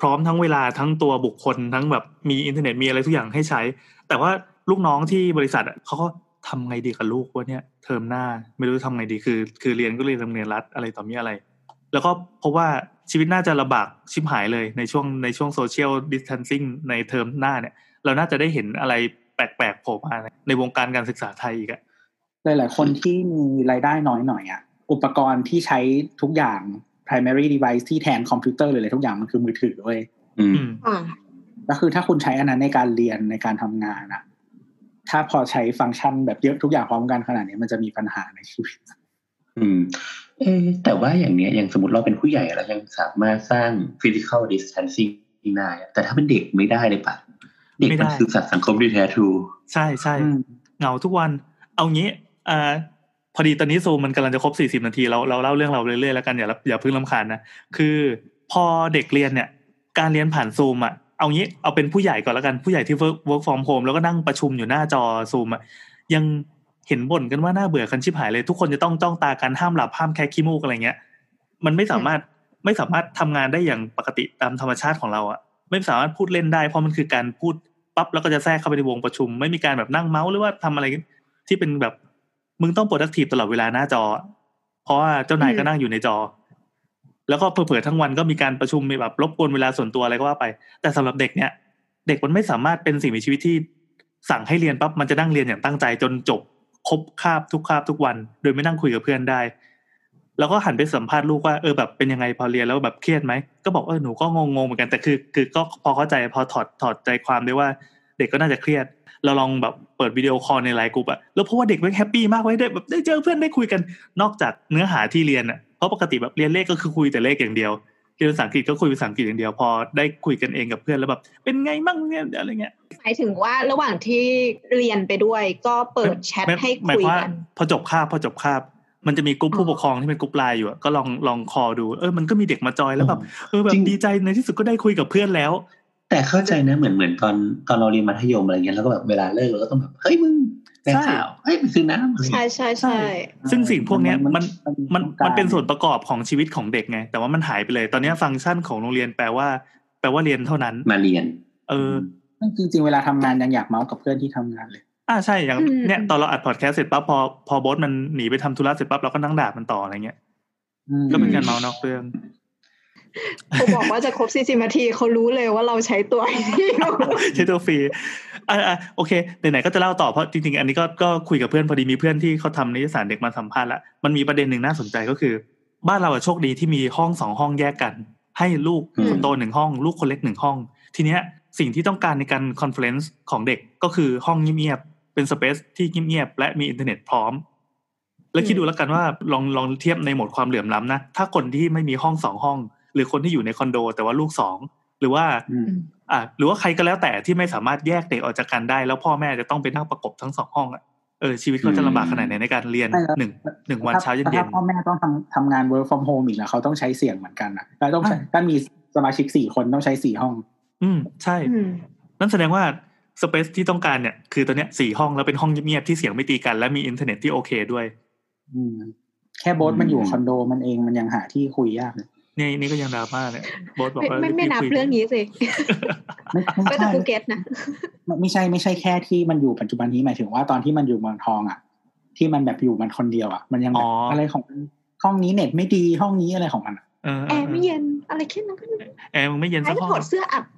พร้อมทั้งเวลาทั้งตัวบุคคลทั้งแบบมีอินเทอร์เน็ตมีอะไรทุกอย่างให้ใช้แต่ว่าลูกน้องที่บริษัทเขาก็ทำไงดีกับลูกวะเนี่ยเทอมหน้าไม่รู้ทำไงดีคือคือเรียนก็เรียนโรงเรียนรัฐอะไรต่อมีอะไรแล้วก็พบว่าชีวิตน่าจะลำบากชิบหายเลยในช่วงในช่วงโซเชียลดิสแทนซิ่งในเทอมหน้าเนี่ยเราน่าจะได้เห็นอะไรแปลกๆโผล่มาในวงการการศึกษาไทยอีกอะหลายๆคนที่มีรายได้น้อยหน่อยอ่ะอุปกรณ์ที่ใช้ทุกอย่าง primary device ที่แทนคอมพิวเตอร์เลยทุกอย่างมันคือมือถือเว้ยอืมอ่าก็คือถ้าคุณใช้อันนั้นในการเรียนในการทำงานอะถ้าพอใช้ฟังก์ชันแบบเยอะทุกอย่างพร้อมกันขนาดนี้มันจะมีปัญหาในชีวิตอืมเออแต่ว่าอย่างเนี้ยอย่างสมมติเราเป็นผู้ใหญ่เรายังสามารถสร้าง physical distancing ได้แต่ถ้าเป็นเด็กไม่ได้เลยป่ะเด็กมันคือสัตว์สังคมที่แท้ทรูใช่ใช่เหงาทุกวันเอางี้อ่าพอดีตอนนี้ซูมมันกำลังจะครบสี่สิบนาทีเราเราเล่าเรื่องเราเรื่อยๆแล้วกันอย่าอย่าเพิ่งรำคาญนะคือพอเด็กเรียนเนี่ยการเรียนผ่านซูมอ่ะเอางี้เอาเป็นผู้ใหญ่ก่อนแล้วกันผู้ใหญ่ที่ work work from home แล้วก็นั่งประชุมอยู่หน้าจอซูมอ่ะยังเห็นบ่นกันว่าน่าเบื่อกันชิบหายเลยทุกคนจะต้องจ้องตากันห้ามหลับห้ามแคะขี้มูกอะไรเงี้ยมันไม่สามารถไม่สามารถทำงานได้อย่างปกติตามธรรมชาติของเราอ่ะไม่สามารถพูดเล่นได้เพราะมันคือการพูดปั๊บแล้วก็จะแทรกเข้าไปในวงประชุมไม่มีการแบบนั่งเมาส์หรือว่าทำอะไรที่เป็นแบบมึงต้อง productive ตลอดเวลาหน้าจอเพราะว่าเจ้านายก็นั่งอยู่ในจอแล้วก็เผลอๆทั้งวันก็มีการประชุมมีแบบรบกวนเวลาส่วนตัวอะไรก็ว่าไปแต่สำหรับเด็กเนี่ยเด็กมันไม่สามารถเป็นสิ่งมีชีวิตที่สั่งให้เรียนปั๊บมันจะนั่งเรียนอย่างตั้งใจจนจบครบคาบทุกคาบทุกวันโดยไม่นั่งคุยกับเพื่อนได้แล้วก็หันไปสัมภาษณ์ลูกว่าเออแบบเป็นยังไงพอเรียนแล้วแบบเครียดไหมก็บอกเออหนูก็งงๆเหมือนกันแต่คือคือก็พอเข้าใจพอถอดถอดใจความได้ว่าเด็กก็น่าจะเครียดเราลองแบบเปิดวิดีโอคอลในไลน์กลุ่มอะแล้วเพราะว่าเด็กมันแฮปปี้มากไว้ได้แบบได้เจอเพื่อนได้คุยกันนอกจากเนื้อหาที่เรียนอะเพราะปกติแบบเรียนเลขก็คือคุยแต่เลขอย่างเดียวเรียนภาษาอังกฤษก็คุยภาษาอังกฤษอย่างเดียวพอได้คุยกันเองกับเพื่อนแล้วแบบเป็นไงมั่งเนี่ยอะไรเงี้ยหมายถึงว่าระหว่างที่เรียนไปด้วยก็เปิดแชทให้คุยกันพอจบคาบพอจบคาบมันจะมีกลุ่มผู้ปกครองที่เป็นกลุ่มไลน์อยู่ก็ลองลองคอดูเออมันก็มีเด็กมาจอยแล้วแบบเออแบบดีใจในที่สุดก็ได้คุยกับเพื่อนแล้วแต่เข้าใจนะเหมือนเหมือนตอนตอนเราเรียนมัธยมอะไรเงี้ยแล้วก็แบบเวลาเลิกเราก็ต้องแบบเฮ้ยมึงแต่ข่าวเฮ้ยไปซื้อน้ำใช่ใช่ใช่ซึ่งสิ่งพวกนี้มันมันมันเป็นส่วนประกอบของชีวิตของเด็กไงแต่ว่ามันหายไปเลยตอนนี้ฟังก์ชันของโรงเรียนแปลว่าแปลว่าเรียนเท่านั้นมาเรียนเออจริงๆเวลาทำงานยังอยากเมาส์กับเพื่อนที่ทำงานเลยอ่าใช่อย่างเนี้ยตอนเราอัดพอดแคสต์เสร็จปั๊บพอพอโบ๊ทมันหนีไปทำธุระเสร็จปั๊บเราก็นั่งด่ามันต่ออะไรเงี้ยก็เป็นการเมาส์นอกเรื่องเขาบอกว่าจะครบสี่สิบนาทีเขารู้เลยว่าเราใช้ตัวที่ใช้ตัวฟรีอ่าโอเคไหนๆก็จะเล่าต่อเพราะจริงๆอันนี้ก็ก็คุยกับเพื่อนพอดีมีเพื่อนที่เขาทำนิตยสารเด็กมาสัมภาษณ์ละมันมีประเด็นหนึ่งน่าสนใจก็คือบ้านเราโชคดีที่มีห้องสองห้องแยกกันให้ลูกคนโตหนึ่งห้องลูกคนเล็กหนึ่งห้องทีเนี้ยสิ่งที่ต้องการในการคอนเฟอเรนซ์ของเด็กก็คือห้องเงียบๆเป็นสเปซที่เงียบๆและมีอินเทอร์เน็ตพร้อมแล้วคิดดูแล้วกันว่าลองลองเทียบในโหมดความเหลื่อมล้ำนะถ้าคนที่ไม่มีห้องสองห้องหรือคนที่อยู่ในคอนโดแต่ว่าลูกสองหรือว่าอ่าหรือว่าใครก็แล้วแต่ที่ไม่สามารถแยกเด็กออกจากกันได้แล้วพ่อแม่จะต้องไปนั่งประกบทั้งสองห้องอ่ะเออชีวิตเขาจะลำบากขนาดไหนในการเรียนหนึ่งหนึ่งวันเช้าเย็นๆพ่อแม่ต้องทำทำงาน work from home อีกแล้วเขาต้องใช้เสียงเหมือนกันอ่ะแล้วต้องถ้ามีสมาชิกสี่คนต้องใช้สี่ห้องอืมใช่นั่นแสดงว่าสเปซที่ต้องการเนี่ยคือตัวเนี้ยสี่ห้องแล้วเป็นห้องเงียบๆที่เสียงไม่ตีกันและมีอินเทอร์เน็ตที่โอเคด้วยอืมแค่โบ๊ทมันอยู่คอนโดมันเองมันยังหาที่คุยยากเลยนี่นี่ก็ยังดราม่าเนี่ยโบ๊ทบอกว่าไม่ไม่นับเรื่องนี้สิก็จะภูเก็ตนะไม่ใช่ไม่ใช่แค่ที่มันอยู่ปัจจุบันนี้หมายถึงว่าตอนที่มันอยู่เมืองทองอ่ะที่มันแบบอยู่มันคนเดียวอ่ะมันยังแบบอะไรของห้องนี้เน็ตไม่ดีห้องนี้อะไรของมันแอร์ไม่เย็นอะไรแค่นั้นก็แอร์มึงไม่เย็นสักห้องถอดเสื้ออัด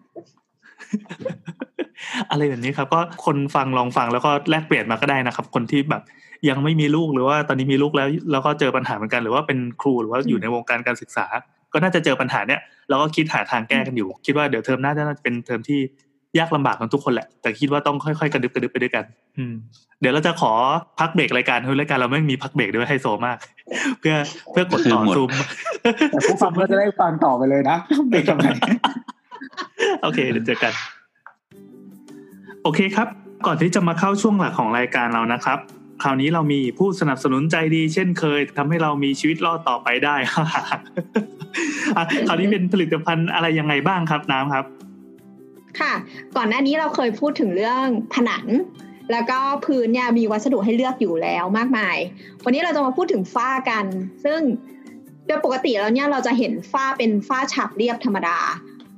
อะไรแบบนี้ครับก็คนฟังลองฟังแล้วก็แลกเปลี่ยนมาก็ได้นะครับคนที่แบบยังไม่มีลูกหรือว่าตอนนี้มีลูกแล้วแล้วก็เจอปัญหาเหมือนกันหรือว่าเป็นครูหรือว่าอยู่ในวงการการศึกษาก็น่าจะเจอปัญหาเนี้ยแล้วก็คิดหาทางแก้กันอยู่คิดว่าเดี๋ยวเทอมหน้าจะเป็นเทอมที่ยากลำบากกันทุกคนแหละแต่คิดว่าต้องค่อยๆกระดึบกระดึบไปด้วยกันอืมเดี๋ยวเราจะขอพักเบรกรายการเฮ้ยรายการเราไม่มีพักเบรกด้วยไฮโซมากเพื่อเพื่อกดต่อซูมแต่ผู้ฟังก็จะได้ฟังต่อไปเลยนะเบรกทำไมโอเคเดี๋ยวเจอกันโอเคครับก่อนที่จะมาเข้าช่วงหลักของรายการเรานะครับคราวนี้เรามีผู้สนับสนุนใจดีเช่นเคยทำให้เรามีชีวิตรอดต่อไปได้คราวนี้เป็นผลิตภัณฑ์อะไรยังไงบ้างครับน้ำครับค่ะก่อนหน้านี้เราเคยพูดถึงเรื่องผนังแล้วก็พื้นเนี่ยมีวัสดุให้เลือกอยู่แล้วมากมายวันนี้เราจะมาพูดถึงฝ้ากันซึ่งโดยปกติแล้วเนี่ยเราจะเห็นฝ้าเป็นฝ้าฉาบเรียบธรรมดา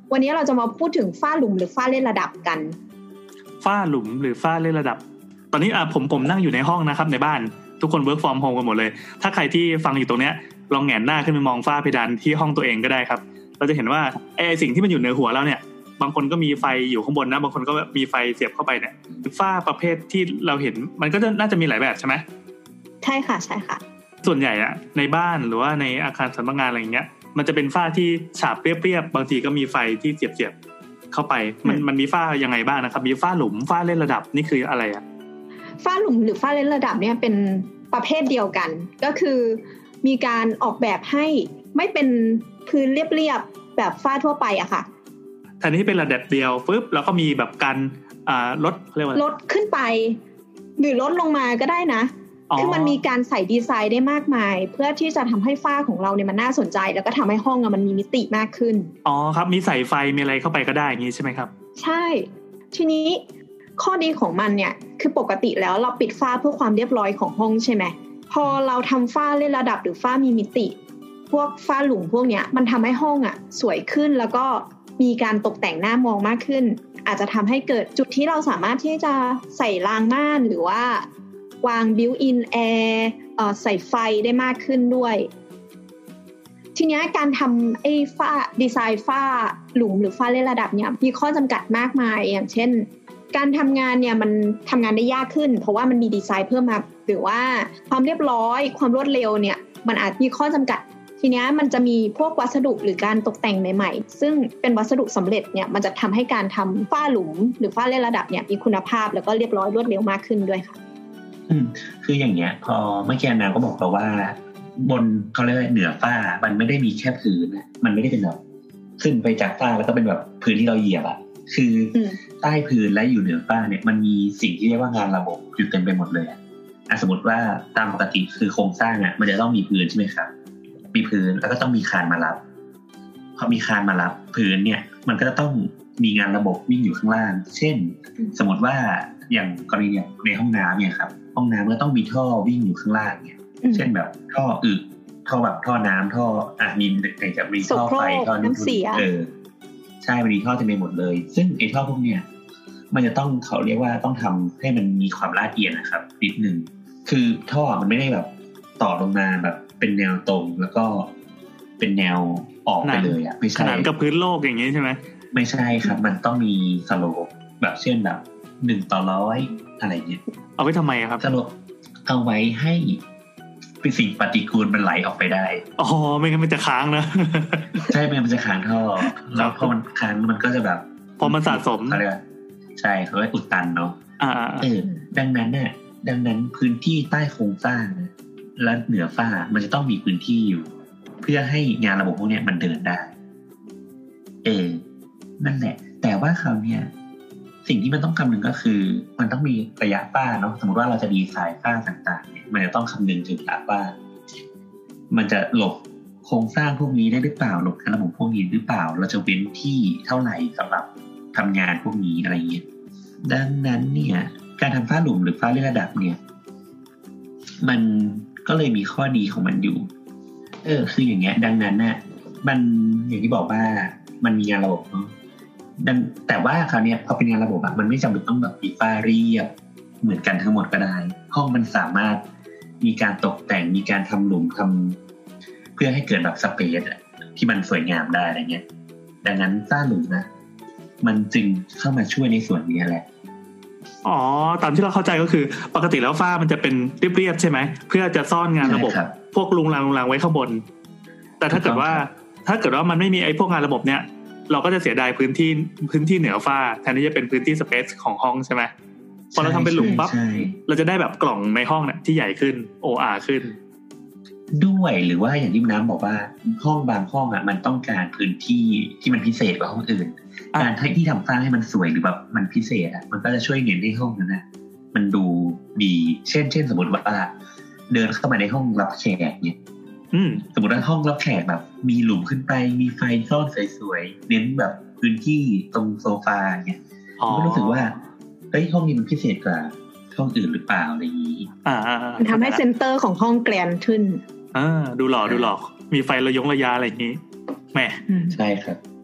วันนี้เราจะมาพูดถึงฝ้าหลุมหรือฝ้าเล่นระดับกันฝ้าหลุมหรือฝ้าเล่นระดับตอนนี้อ่ะผมผมนั่งอยู่ในห้องนะครับในบ้านทุกคน work from home กันหมดเลยถ้าใครที่ฟังอยู่ตรงเนี้ยลองแหงนหน้าขึ้นไปมองฝ้าเพดานที่ห้องตัวเองก็ได้ครับเราจะเห็นว่าไอ้สิ่งที่มันอยู่เหนือหัวเราเนี่ยบางคนก็มีไฟอยู่ข้างบนนะบางคนก็มีไฟเสียบเข้าไปเนี่ยฝ้าประเภทที่เราเห็นมันก็น่าจะมีหลายแบบใช่ไหมใช่ค่ะใช่ค่ะส่วนใหญ่อะในบ้านหรือว่าในอาคารสำนักงานอะไรอย่างเงี้ยมันจะเป็นฝ้าที่ฉาบเปรียบๆบางทีก็มีไฟที่เสียบๆเข้าไปมันมันมีฝ้ายังไงบ้างนะครับมีฝ้าหลุมฝ้าเล่นระดับนี่คืออะไรอะฝ้าหลุมหรือฝ้าเล่นระดับเนี่ยเป็นประเภทเดียวกันก็คือมีการออกแบบให้ไม่เป็นพื้นเรียบๆแบบฝ้าทั่วไปอะค่ะแทนที่เป็นระดับเดียวปึ๊บแล้วก็มีแบบการอ่าลดเรียกว่าลดขึ้นไปหรือลดลงมาก็ได้นะคือมันมีการใส่ดีไซน์ได้มากมายเพื่อที่จะทำให้ฝ้าของเราเนี่ยมันน่าสนใจแล้วก็ทำให้ห้องมันมีมิติมากขึ้นอ๋อครับมีใส่ไฟมีอะไรเข้าไปก็ได้อย่างนี้ใช่ไหมครับใช่ทีนี้ข้อดีของมันเนี่ยคือปกติแล้วเราปิดฝ้าเพื่อความเรียบร้อยของห้องใช่ไหมพอเราทำฝ้าเล่นระดับหรือฝ้ามีมิติพวกฝ้าหลุมพวกเนี้ยมันทำให้ห้องอ่ะสวยขึ้นแล้วก็มีการตกแต่งหน้ามองมากขึ้นอาจจะทำให้เกิดจุดที่เราสามารถที่จะใส่รางม่านหรือว่าวาง built-in air เอ่อใส่ไฟได้มากขึ้นด้วยทีนี้การทำไอ้ฝ้าดีไซน์ฝ้าหลุมหรือฝ้าเล่นระดับเนี่ยมีข้อจำกัดมากมายอย่างเช่นการทำงานเนี่ยมันทำงานได้ยากขึ้นเพราะว่ามันมีดีไซน์เพิ่มมาหรือว่าความเรียบร้อยความรวดเร็วเนี่ยมันอาจมีข้อจำกัดทีนี้มันจะมีพวกวัสดุหรือการตกแต่งใหม่ๆซึ่งเป็นวัสดุสำเร็จเนี่ยมันจะทำให้การทำฝ้าหลุมหรือฝ้าเล่นระดับเนี่ยมีคุณภาพแล้วก็เรียบร้อยรวดเร็วมากขึ้นด้วยค่ะอืมคืออย่างเงี้ยพอเมื่อกี้นางก็บอกเราว่าบนเขาเรียกว่าเหนือฝ้ามันไม่ได้มีแค่พื้นนะมันไม่ได้เป็นแบบขึ้นไปจากฝ้าแล้วก็เป็นแบบพื้นที่เราเหยียบอะคือใต้พื้นและอยู่เหนือฝ้าเนี่ยมันมีสิ่งที่เรียกว่างานระบบอยู่เต็มไปหมดเลยอ่ะสมมติว่าตามปกติคือโครงสร้างอ่ะมันจะต้องมีพื้นใช่ไหมครับมีพื้นแล้วก็ต้องมีคานมารับพอมีคานมารับพื้นเนี่ยมันก็จะต้องมีงานระบบวิ่งอยู่ข้างล่างเช่นสมมติว่าอย่างกรณีในห้องน้ำเนี่ยครับห้องน้ำก็ต้องมีท่อวิ่งอยู่ข้างล่างเนี่ยเช่นแบบท่ออึท่อแบบท่อน้ำท่ออ่ะมีไหนจะมีท่อไฟท่อน้ำเสียเออใช่มันมีท่อเต็มไปหมดเลยซึ่งไอ้ท่อพวกเนี้ยมันจะต้องเขาเรียกว่าต้องทำให้มันมีความลาดเอียงนะครับนิดนึงคือท่อมันไม่ได้แบบต่อลงมาแบบเป็นแนวตรงแล้วก็เป็นแนวออกไปเลยอ่ะไม่ใช่ขนาดกับพื้นโลกอย่างงี้ใช่ไหมไม่ใช่ครับมันต้องมีสโลปแบบเช่นแบบหนึ่งต่อร้อยอะไรเงี้ยเอาไว้ทำไมครับสโลปเอาไว้ให้เป็นสิ่งปฏิกูลมันไหลออกไปได้อ๋อไม่งั้นมันจะค้างนะใช่ไม่งั้นมันจะค้างท่อแล้วพอมันค้างมันก็จะแบบพอมันสะสมอะไรใช่เขาเรียกอุดตันเนาะเออดังนั้นเนี่ยดังนั้นพื้นที่ใต้โครงสร้างและเหนือฝ้ามันจะต้องมีพื้นที่อยู่เพื่อให้งานระบบพวกนี้มันเดินได้เออนั่นแหละแต่ว่าคราวนี้สิ่งที่มันต้องคำนึงก็คือมันต้องมีระยะฝ้าเนาะสมมติว่าเราจะดีไซน์ฝ้าต่างๆเนี่ยมันจะต้องคำนึงถึงระยะฝ้ามันจะหลบโครงสร้างพวกนี้ได้หรือเปล่าหลบระบบพวกนี้หรือเปล่าเราจะเว้นที่เท่าไหร่สำหรับทำงานพวกนี้อะไรเงี้ยดังนั้นเนี่ยการทำฝ้าหลุมหรือฝ้าเลื่อนระดับเนี่ยมันก็เลยมีข้อดีของมันอยู่เออคืออย่างเงี้ยดังนั้นน่ะมันอย่างที่บอกว่ามันมีงานระบบเนาะดังแต่ว่าคราวนี้พอเป็นงานระบบอะมันไม่จำเป็นต้องแบบมีฝ้าเรียบเหมือนกันทั้งหมดก็ได้ห้องมันสามารถมีการตกแต่งมีการทำหลุมทำเพื่อให้เกิดแบบสเปซอะที่มันสวยงามได้อะไรเงี้ยดังนั้นฝ้าหลุมนะมันจึงเข้ามาช่วยในส่วนนี้แหละอ๋อตามที่เราเข้าใจก็คือปกติแล้วฝ้ามันจะเป็นเรียบๆใช่ไหมเพื่อจะซ่อนงานระบบพวกลุงรังลุงรังไว้ข้างบนแต่ถ้าเกิดว่าถ้าเกิดว่ามันไม่มีไอ้พวกงานระบบเนี้ยเราก็จะเสียดายพื้นที่พื้นที่เหนือฝ้าแทนที่จะเป็นพื้นที่สเปซของห้องใช่ไหมพอเราทำเป็นหลุมปั๊บเราจะได้แบบกล่องในห้องเนี่ยที่ใหญ่ขึ้นโออาขึ้นด้วยหรือว่าอย่างที่น้ำบอกว่าห้องบางห้องอ่ะมันต้องการพื้นที่ที่มันพิเศษกว่าห้องอื่นการที่ทำฝ้าให้มันสวยหรือแบบมันพิเศษอ่ะมันก็จะช่วยเน้นให้ห้องนั้นนะมันดูดีเช่นเช่นสมมติว่าเดินเข้ามาในห้องรับแขกเนี่ยสมมติว่าห้องรับแขกแบบมีหลุมขึ้นไปมีไฟซ่อนสวยๆเน้นแบบพื้นที่ตรงโซฟาเนี่ยก็รู้สึกว่าเฮ้ยห้องนี้มันพิเศษกว่าห้องอื่นหรือเปล่าอะไรอย่างนี้มันทำให้เซนเตอร์ของห้องแกรนด์ขึ้นอ่าดูหล่อดูหล่อมีไฟระยงระยะอะไรอย่างนี้แหมใช่ครับอ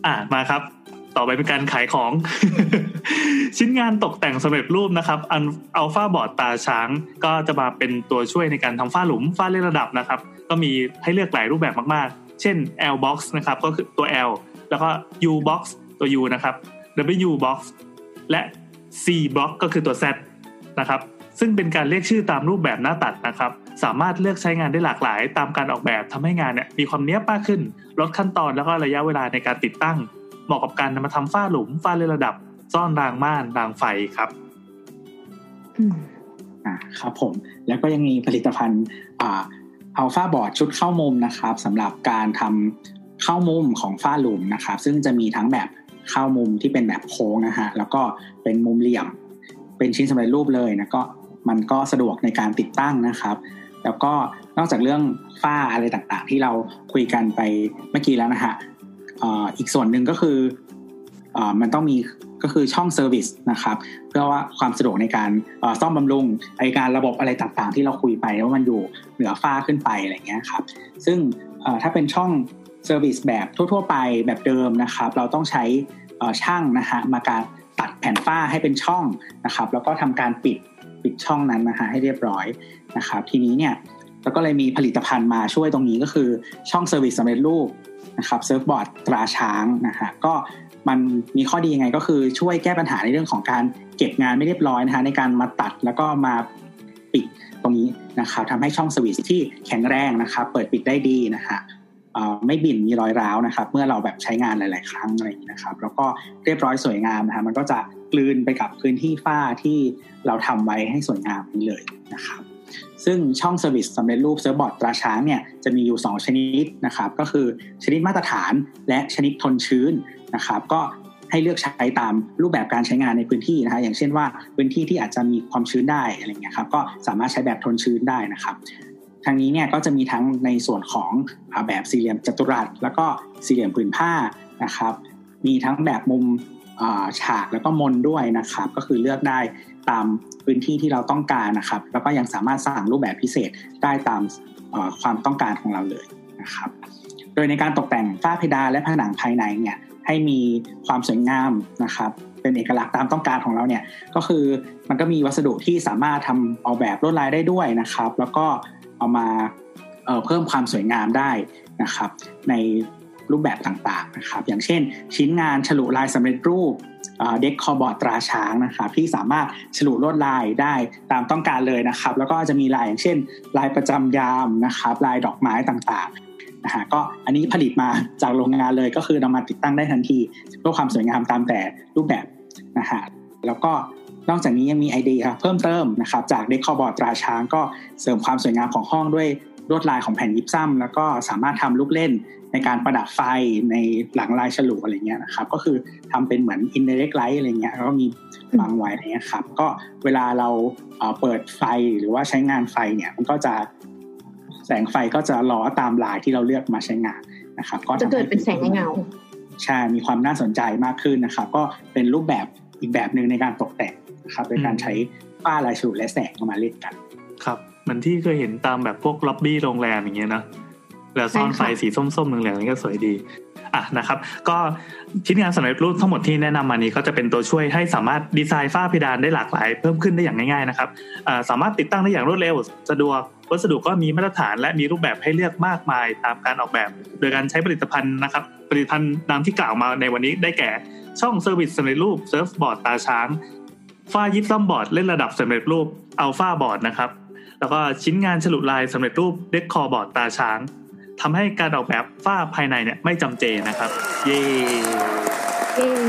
อ่ะมาครับต่อไปเป็นการขายของ ชิ้นงานตกแต่งสำเร็จรูปนะครับอันอัลฟาบอร์ดตาช้างก็จะมาเป็นตัวช่วยในการทำฝ้าหลุมฝ้าเลื่อนระดับนะครับก็มีให้เลือกหลายรูปแบบมากๆเช่น L box นะครับก็คือตัว L แล้วก็ U box ตัว U นะครับ W box และ C block ก็คือตัว Z นะครับซึ่งเป็นการเรียกชื่อตามรูปแบบหน้าตัดนะครับสามารถเลือกใช้งานได้หลากหลายตามการออกแบบทำให้งานเนี่ยมีความเนี๊ยบมากขึ้นลดขั้นตอนแล้วก็ระยะเวลาในการติดตั้งเหมาะกับการนำมาทำฝ้าหลุมฝ้าเลื่อนระดับซ่อนรางม่านรางไฟครับอืมอ่าครับผมแล้วก็ยังมีผลิตภัณฑ์อ่าอัลฟาบอร์ดชุดเข้ามุมนะครับสำหรับการทำเข้ามุมของฝ้าหลุมนะครับซึ่งจะมีทั้งแบบเข้ามุมที่เป็นแบบโค้งนะฮะแล้วก็เป็นมุมเหลี่ยมเป็นชิ้นสำเร็จรูปเลยนะก็มันก็สะดวกในการติดตั้งนะครับแล้วก็นอกจากเรื่องฝ้าอะไรต่างๆที่เราคุยกันไปเมื่อกี้แล้วนะฮะอ่าอีกส่วนหนึ่งก็คืออ่ามันต้องมีก็คือช่องเซอร์วิสนะครับเพื่อว่าความสะดวกในการซ่อมบำรุงไอการระบบอะไรต่างๆที่เราคุยไปว่ามันอยู่เหนือฝ้าขึ้นไปอะไรเงี้ยครับซึ่งถ้าเป็นช่องเซอร์วิสแบบทั่วๆไปแบบเดิมนะครับเราต้องใช้ช่างนะฮะมาการตัดแผ่นฝ้าให้เป็นช่องนะครับแล้วก็ทำการปิดปิดช่องนั้นนะฮะให้เรียบร้อยนะครับทีนี้เนี่ยเราก็เลยมีผลิตภัณฑ์มาช่วยตรงนี้ก็คือช่องเซอร์วิสสำเร็จรูปนะครับเซิร์ฟบอร์ดตราช้างนะฮะก็มันมีข้อดียังไงก็คือช่วยแก้ปัญหาในเรื่องของการเก็บงานไม่เรียบร้อยนะฮะในการมาตัดแล้วก็มาปิดตรงนี้นะครับทำให้ช่องเซอร์วิสที่แข็งแรงนะครับเปิดปิดได้ดีนะฮะไม่บิ่นมีรอยร้าวนะครับเมื่อเราแบบใช้งานหลายๆครั้งอะไรอย่างนี้นะครับแล้วก็เรียบร้อยสวยงามนะฮะมันก็จะกลืนไปกับพื้นที่ฝ้าที่เราทำไว้ให้สวยงามนี้เลยนะครับซึ่งช่องเซอร์วิสสำเร็จรูปเซิร์ฟบอร์ดตราช้างเนี่ยจะมีอยู่สองชนิดนะครับก็คือชนิดมาตรฐานและชนิดทนชื้นนะครับก็ให้เลือกใช้ตามรูปแบบการใช้งานในพื้นที่นะฮะอย่างเช่นว่าพื้นที่ที่อาจจะมีความชื้นได้อะไรเงี้ยครับก็สามารถใช้แบบทนชื้นได้นะครับทางนี้เนี่ยก็จะมีทั้งในส่วนของแบบสี่เหลี่ยมจัตุรัสแล้วก็สี่เหลี่ยมผืนผ้านะครับมีทั้งแบบมุมฉากแล้วก็มนด้วยนะครับก็คือเลือกได้ตามพื้นที่ที่เราต้องการนะครับแล้วก็ยังสามารถสั่งรูปแบบพิเศษได้ตามความต้องการของเราเลยนะครับโดยในการตกแต่งฝ้าเพดานและผนังภายในเนี่ยให้มีความสวยงามนะครับเป็นเอกลักษณ์ตามต้องการของเราเนี่ยก็คือมันก็มีวัสดุที่สามารถทำออกแบบลวดลายได้ด้วยนะครับแล้วก็เอามาเอ่อเพิ่มความสวยงามได้นะครับในรูปแบบต่างๆนะครับอย่างเช่นชิ้นงานฉลุลายสำเร็จรูปเด็กคอบอร์ดตราช้างนะครับที่สามารถฉลุลวดลายได้ตามต้องการเลยนะครับแล้วก็จะมีลายอย่างเช่นลายประจำยามนะครับลายดอกไม้ต่างๆนะฮะก็อันนี้ผลิตมาจากโรงงานเลยก็คือนำมาติดตั้งได้ทันทีเพื่อความสวยงามตามแต่รูปแบบนะฮะแล้วก็นอกจากนี้ยังมีไอเดียเพิ่มเติมนะครับจากเด็กคอบอร์ดตราช้างก็เสริมความสวยงามของห้องด้วยลวดลายของแผ่นยิปซัมแล้วก็สามารถทำลูกเล่นในการประดับไฟในหลังลายฉลุอะไรเงี้ยนะครับก็คือทำเป็นเหมือน indirect light อะไรเงี้ยแล้วก็มีวางไว้อะไรเงี้ยครับก็เวลาเราเอ่อเปิดไฟหรือว่าใช้งานไฟเนี่ยมันก็จะแสงไฟก็จะล้อตามลายที่เราเลือกมาใช้งานนะครับก็จะเกิดเป็นแสงเงาใช่มีความน่าสนใจมากขึ้นนะครับก็เป็นรูปแบบอีกแบบนึงในการตกแต่งนะครับโดยการใช้ฝ้าลายฉลุและแสงเข้ามาเล่นกันครับเหมือนที่เคยเห็นตามแบบพวกล็อบบี้โรงแรมอย่างเงี้ยนะแล้วซ่อนไฟสีส้มๆเหลืองๆนี่ก็สวยดีอ่ะนะครับก็ชิ้นงานสำเร็จรูปทั้งหมดที่แนะนำมานี้ก็จะเป็นตัวช่วยให้สามารถดีไซน์ฝ้าเพดานได้หลากหลายเพิ่มขึ้นได้อย่างง่ายๆนะครับอ่าสามารถติดตั้งได้อย่างรวดเร็วสะดวกวัสดุก็มีมาตรฐานและมีรูปแบบให้เลือกมากมายตามการออกแบบโดยการใช้ผลิตภัณฑ์นะครับผลิตภัณฑ์ตามที่กล่าวมาในวันนี้ได้แก่ช่องเซอร์วิสสำเร็จรูปเซิร์ฟบอร์ดตาช้างฝ้ายิปซัมบอร์ดเล่นระดับสำเร็จรูปอัลฟาบอร์ดนะครับแล้วก็ชิ้นงานฉลุลายสำเร็จรูปเด็กคอบอร์ดตาช้างทำให้การออกแบบฝ้าภายในเนี่ยไม่จำเจนะครับเย้เย้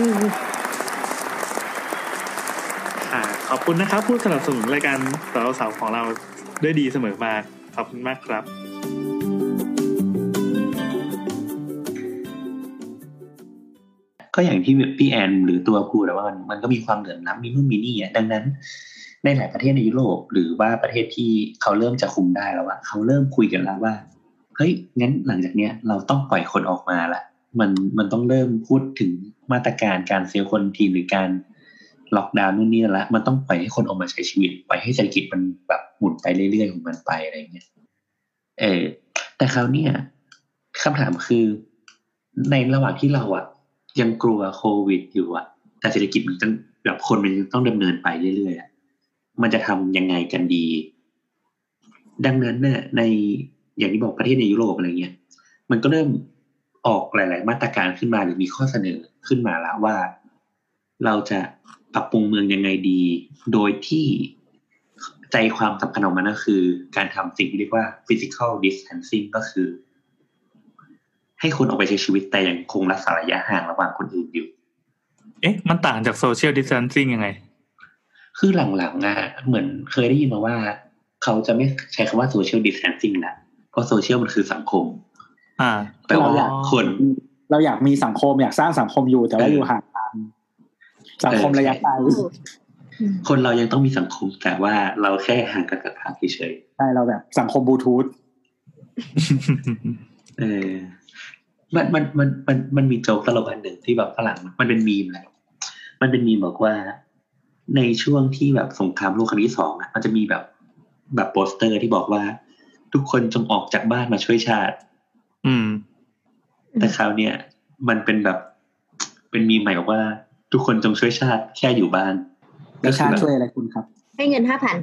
อ่าขอบคุณนะครับผู้สนับสนุนรายการสาวสาวของเราด้วยดีเสมอมาขอบคุณมากครับก็อย่างที่พี่แอนหรือตัวพูดแล้วว่ามันมันก็มีความเหลื่อมล้ำมีนู่นมีนี่อ่ะดังนั้นในหลายประเทศในยุโรปหรือว่าประเทศที่เขาเริ่มจะคุมได้แล้วว่าเขาเริ่มคุยกันแล้วว่าเฮ้ยงั้นหลังจากเนี้ยเราต้องปล่อยคนออกมาละมันมันต้องเริ่มพูดถึงมาตรการการเซลล์คนทีหรือการล็อกดาวน์นู่นนี่ละมันต้องปล่อยให้คนออกมาใช้ชีวิตปล่อยให้เศรษฐกิจมันแบบหมุนไปเรื่อยๆของมันไปอะไรเงี้ยเออแต่คราวนี้คำถามคือในระหว่างที่เราอ่ะจยังกลัวโควิดอยู่อ่ะแต่เศรษฐกิจมันต้องแบบคนมันต้องดำเนินไปเรื่อยๆอ่ะมันจะทำยังไงกันดีดังนั้นเนี่ยในอย่างที่บอกประเทศในยุโรปอะไรเงี้ยมันก็เริ่มออกหลายๆมาตรการขึ้นมาหรือมีข้อเสนอขึ้นมาแล้วว่าเราจะปรับปรุงเมืองยังไงดีโดยที่ใจความสำคัญของมันก็คือการทำสิ่งที่เรียกว่า physical distancing ก็คือให้คนออกไปใช้ชีวิตแต่ยังคงรักษาระยะห่างระหว่างคนอื่นอยู่เอ๊ะมันต่างจาก social distancing ยังไงคือหลังๆอ่ะเหมือนเคยได้ยินมาว่าเขาจะไม่ใช้คำว่า social distancing นะเพราะ social มันคือสังคมอ่าแต่ว่าคนเราอยากมีสังคมอยากสร้างสังคมอยู่แต่ว่าอยู่ห่างกันสังคมระยะไกลคนเรายังต้องมีสังคมแต่ว่าเราแค่ห่างกันสักพักเฉยๆใช่เราแบบสังคมบลูทูธเออมันมันมันมันมันมีโจ๊กตลกอันหนึ่งที่แบบฝรั่งมันเป็นมีมแหละมันเป็นมีมบอกว่าในช่วงที่แบบสงครามโลกครั้งที่สองอ่ะมันจะมีแบบแบบโปสเตอร์ที่บอกว่าทุกคนจงออกจากบ้านมาช่วยชาติอืมแต่คราวเนี้ยมันเป็นแบบเป็นมีมใหม่บอกว่าทุกคนจงช่วยชาติแค่อยู่บ้านแล้วชาติช่วยอะไรคุณครับให้เงิน ห้าพัน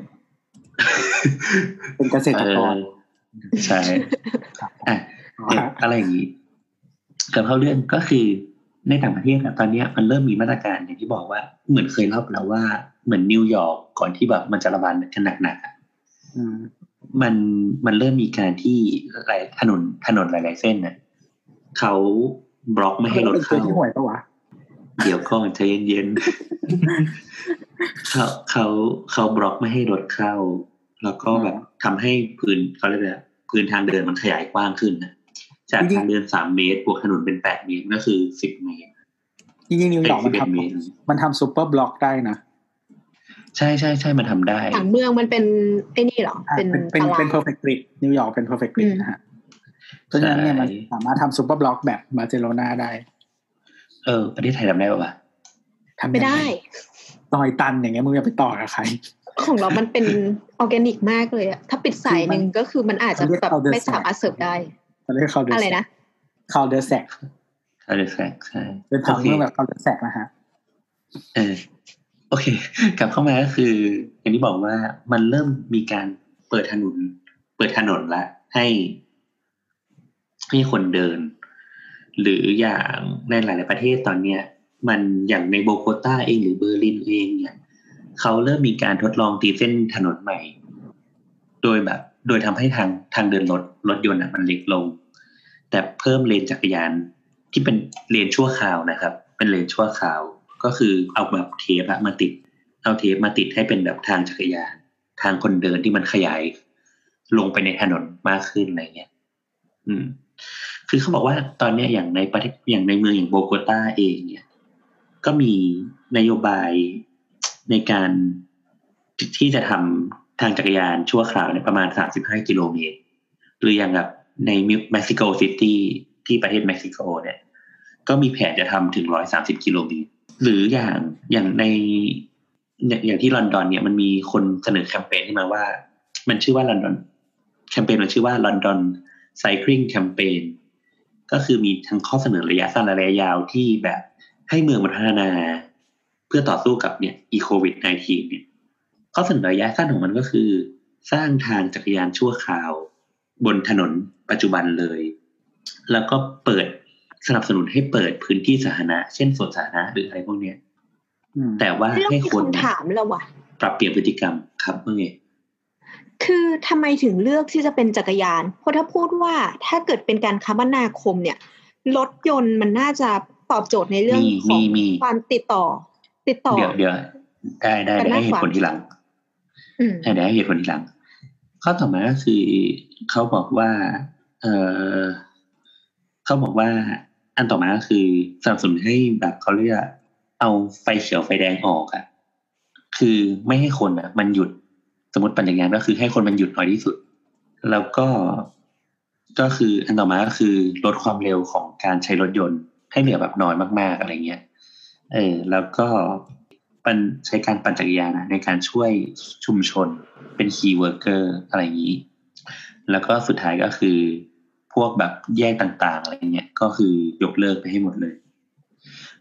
เป็นเกษตรกรใช่อ่ะอะไรอย่างนี้กับเข้าเรื่องก็คือในต่างประเทศตอนนี้มันเริ่มมีมาตรการอย่างที่บอกว่าเหมือนเคยเล่าไปแล้วว่าเหมือนนิวยอร์กก่อนที่แบบมันจะระบาดกันหนักๆอ่ะมันมันเริ่มมีการที่หลายถนนถนนหลายๆเส้นน่ะเขาบล็อกไม่ให้รถเข้าที่ห่วยปะวะเดี๋ยวก่อนใจเย็นๆเขาเขาเขาบล็อกไม่ให้รถเข้าแล้วก็แบบทำให้พื้นเขาเรียกอะไรพื้นทางเดินมันขยายกว้างขึ้นนะจากทางเดินสามเมตรบวกถนนเป็นแปดเมตรก็คือสิบเมตรจริงๆนิวยอร์กมันทำมันทำซุปเปอร์บล็อกได้นะใช่ใช่ใช่มันทำได้ผังเมืองมันเป็นไอ้นี่หรอเป็นเป็นเป็น perfect grid นิวยอร์กเป็น perfect grid นะฮะเพราะฉะนั้นเนี่ยมันสามารถทำซุปเปอร์บล็อกแบบบาร์เซโลนาได้เออประเทศไทยทำได้ป่ะทำไม่ได้ต่อยตันอย่างเงี้ยมึงอย่าไปต่อกับใครของเรามันเป็นออร์แกนิกมากเลยอะถ้าปิดสายนึงก็คือมันอาจจะแบบไม่สามารถเสิร์ฟได้อะไรนะคาลเดอร์แซกคาลเดอร์แซกใช่เป็นผังเมืองแบบคาลเดอร์แซกนะฮะเออโอเคกลับเข้ามาก็คืออย่างที่บอกว่ามันเริ่มมีการเปิดถนนเปิดถนนละให้ให้คนเดินหรืออย่างในหลายๆประเทศตอนเนี้ยมันอย่างในโบโกตาเองหรือเบอร์ลินเองเนี่ยเขาเริ่มมีการทดลองตีเส้นถนนใหม่โดยแบบโดยทำให้ทางทางเดินรถรถยนต์มันเล็กลงแต่เพิ่มเลนจักรยานที่เป็นเลนชั่วคราวนะครับเป็นเลนชั่วคราวก็คือเอาแบบเทปมาติดเอาเทปมาติดให้เป็นแบบทางจักรยานทางคนเดินที่มันขยายลงไปในถนนมากขึ้นอะไรเงี้ยอืมคือเขาบอกว่าตอนนี้อย่างในประเทศอย่างในเมืองอย่างโบโกตาเองเนี่ยก็มีนโยบายในการที่จะทำทางจักรยานชั่วคราวเนี่ยประมาณสามสิบห้ากิโลเมตรหรืออย่างแบบในเม็กซิโกซิตี้ที่ประเทศเม็กซิโกเนี่ยก็มีแผนจะทำถึงหนึ่งร้อยสามสิบกิโลเมตรหรืออย่างอย่างในอย่างที่ลอนดอนเนี่ยมันมีคนเสนอแคมเปญขึ้นมาว่ามันชื่อว่าลอนดอนแคมเปญมันชื่อว่าลอนดอนไซคลิงแคมเปญก็คือมีทั้งข้อเสนอระยะสั้นและระยะยาวที่แบบให้เมืองมันพัฒนาเพื่อต่อสู้กับเนี่ยอีโควิด สิบเก้า เนี่ยข้อเสนอระยะสั้นของมันก็คือสร้างทางจักรยานชั่วคราวบนถนนปัจจุบันเลยแล้วก็เปิดสนับสนุนให้เปิดพื้นที่สาธารณะเช่นสวนสาธารณะหรืออะไรพวกนี้แต่ว่าให้คนถามแล้วว่ะปรับเปลี่ยนพฤติกรรมครับเมื่อไงคือทำไมถึงเลือกที่จะเป็นจักรยานเพราะถ้าพูดว่าถ้าเกิดเป็นการคมนาคมเนี่ยรถยนต์มันน่าจะตอบโจทย์ในเรื่องของความติดต่อติดต่อเดี๋ยวเดี๋ยวได้ได้ได้เหตุผลทีหลังได้ได้เหตุผลทีหลังข้อต่อมาก็คือเขาบอกว่าเออเขาบอกว่าอันต่อมาก็คือสนับสนุนให้แบบเขาเรียกเอาไฟเขียวไฟแดงออกอ่ะคือไม่ให้คนอ่ะมันหยุดสมมติปั่นจักรยานก็คือให้คนมันหยุดน้อยที่สุดแล้วก็ก็คืออันต่อมาก็คือลดความเร็วของการใช้รถยนต์ให้เหลือแบบน้อยมากๆอะไรเงี้ยเออแล้วก็ปั่นใช้การปั่นจักรยานในการช่วยชุมชนเป็นคีย์เวิร์กเกอร์อะไรอย่างนี้แล้วก็สุดท้ายก็คือพวกแบบแยกต่างๆอะไรเงี้ยก็คือยกเลิกไปให้หมดเลย